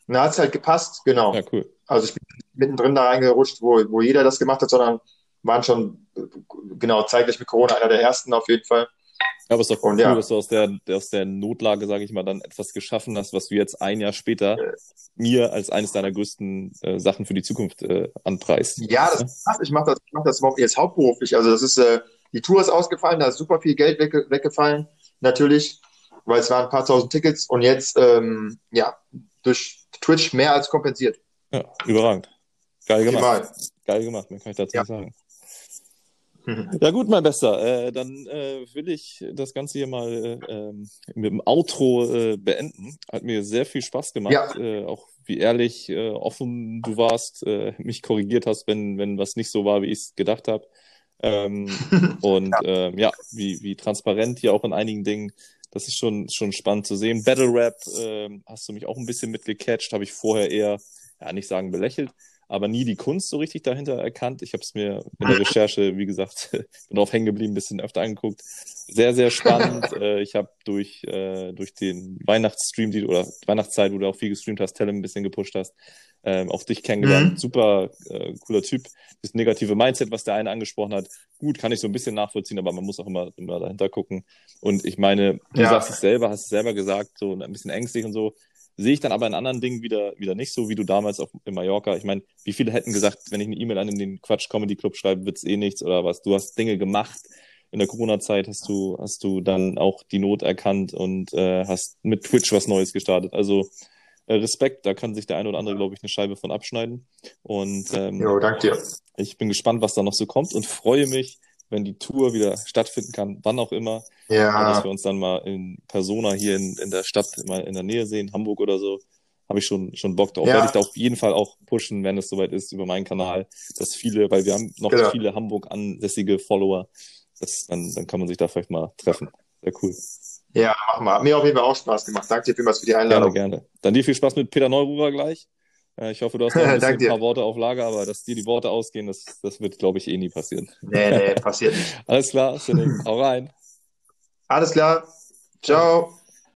dann hat es halt gepasst, Ja, genau. cool. Also ich bin mittendrin da reingerutscht, wo, wo jeder das gemacht hat, sondern waren schon, äh, genau, zeitgleich mit Corona einer der ersten auf jeden Fall. Ja, aber es ist doch Und cool, dass ja, du aus der, aus der Notlage, sage ich mal, dann etwas geschaffen hast, was du jetzt ein Jahr später mir als eines deiner größten äh, Sachen für die Zukunft äh, anpreist. ja, das Ja, passt. Ich mache das, ich mach das überhaupt jetzt hauptberuflich. Also das ist, äh, die Tour ist ausgefallen, da ist super viel Geld wegge weggefallen, natürlich, weil es waren ein paar tausend Tickets und jetzt, ähm, ja, durch Twitch mehr als kompensiert. ja, überragend. Geil gemacht. Optimal. Geil gemacht, mehr kann ich dazu Ja. nicht sagen. Ja gut, mein Bester, äh, dann äh, will ich das Ganze hier mal äh, ähm, mit dem Outro äh, beenden. Hat mir sehr viel Spaß gemacht, Ja. äh, auch wie ehrlich, äh, offen du warst, äh, mich korrigiert hast, wenn, wenn was nicht so war, wie ich es gedacht habe. Ähm, und ähm, ja, wie, wie transparent hier auch in einigen Dingen. Das ist schon, schon spannend zu sehen. Battle Rap ähm, hast du mich auch ein bisschen mitgecatcht, habe ich vorher eher, ja nicht sagen belächelt, aber nie die Kunst so richtig dahinter erkannt. Ich habe es mir in der Recherche, wie gesagt, bin drauf hängen geblieben, ein bisschen öfter angeguckt. Sehr, sehr spannend. äh, ich habe durch, äh, durch den Weihnachtsstream, die, oder Weihnachtszeit, wo du auch viel gestreamt hast, Tele ein bisschen gepusht hast, ähm, auch dich kennengelernt. Mhm. Super äh, cooler Typ. Das negative Mindset, was der eine angesprochen hat, gut, kann ich so ein bisschen nachvollziehen, aber man muss auch immer, immer dahinter gucken. Und ich meine, du Ja. sagst es selber, hast es selber gesagt, so ein bisschen ängstlich und so. Sehe ich dann aber in anderen Dingen wieder, wieder nicht so, wie du damals auf, in Mallorca. Ich meine, wie viele hätten gesagt, wenn ich eine E-Mail an den Quatsch Comedy Club schreibe, wird's eh nichts oder was. Du hast Dinge gemacht. In der Corona-Zeit hast du, hast du dann auch die Not erkannt und äh, hast mit Twitch was Neues gestartet. Also äh, Respekt, da kann sich der eine oder andere, glaube ich, eine Scheibe von abschneiden. Und ähm, Jo, danke dir. ich bin gespannt, was da noch so kommt und freue mich, wenn die Tour wieder stattfinden kann, wann auch immer, äh, dass Ja, wir uns dann mal in Persona hier in, in der Stadt, mal in der Nähe sehen, Hamburg oder so. Habe ich schon, schon Bock drauf. Werde ich da ja, auf jeden Fall auch pushen, wenn es soweit ist, über meinen Kanal, dass viele, weil wir haben noch genau. viele Hamburg ansässige Follower, das, dann, dann kann man sich da vielleicht mal treffen. Sehr cool. Ja, mach mal. Hat mir auf jeden Fall auch Spaß gemacht. Danke dir vielmals für die Gerne, Einladung. gerne. Dann dir viel Spaß mit Peter Neururer gleich. Äh, Ich hoffe, du hast noch ein bisschen Danke ein paar dir. Worte auf Lager, aber dass dir die Worte ausgehen, das, das wird, glaube ich, eh nie passieren. Nee, nee, passiert nicht. Alles klar, Sinek, hau rein. Alles klar. Ciao. Ciao.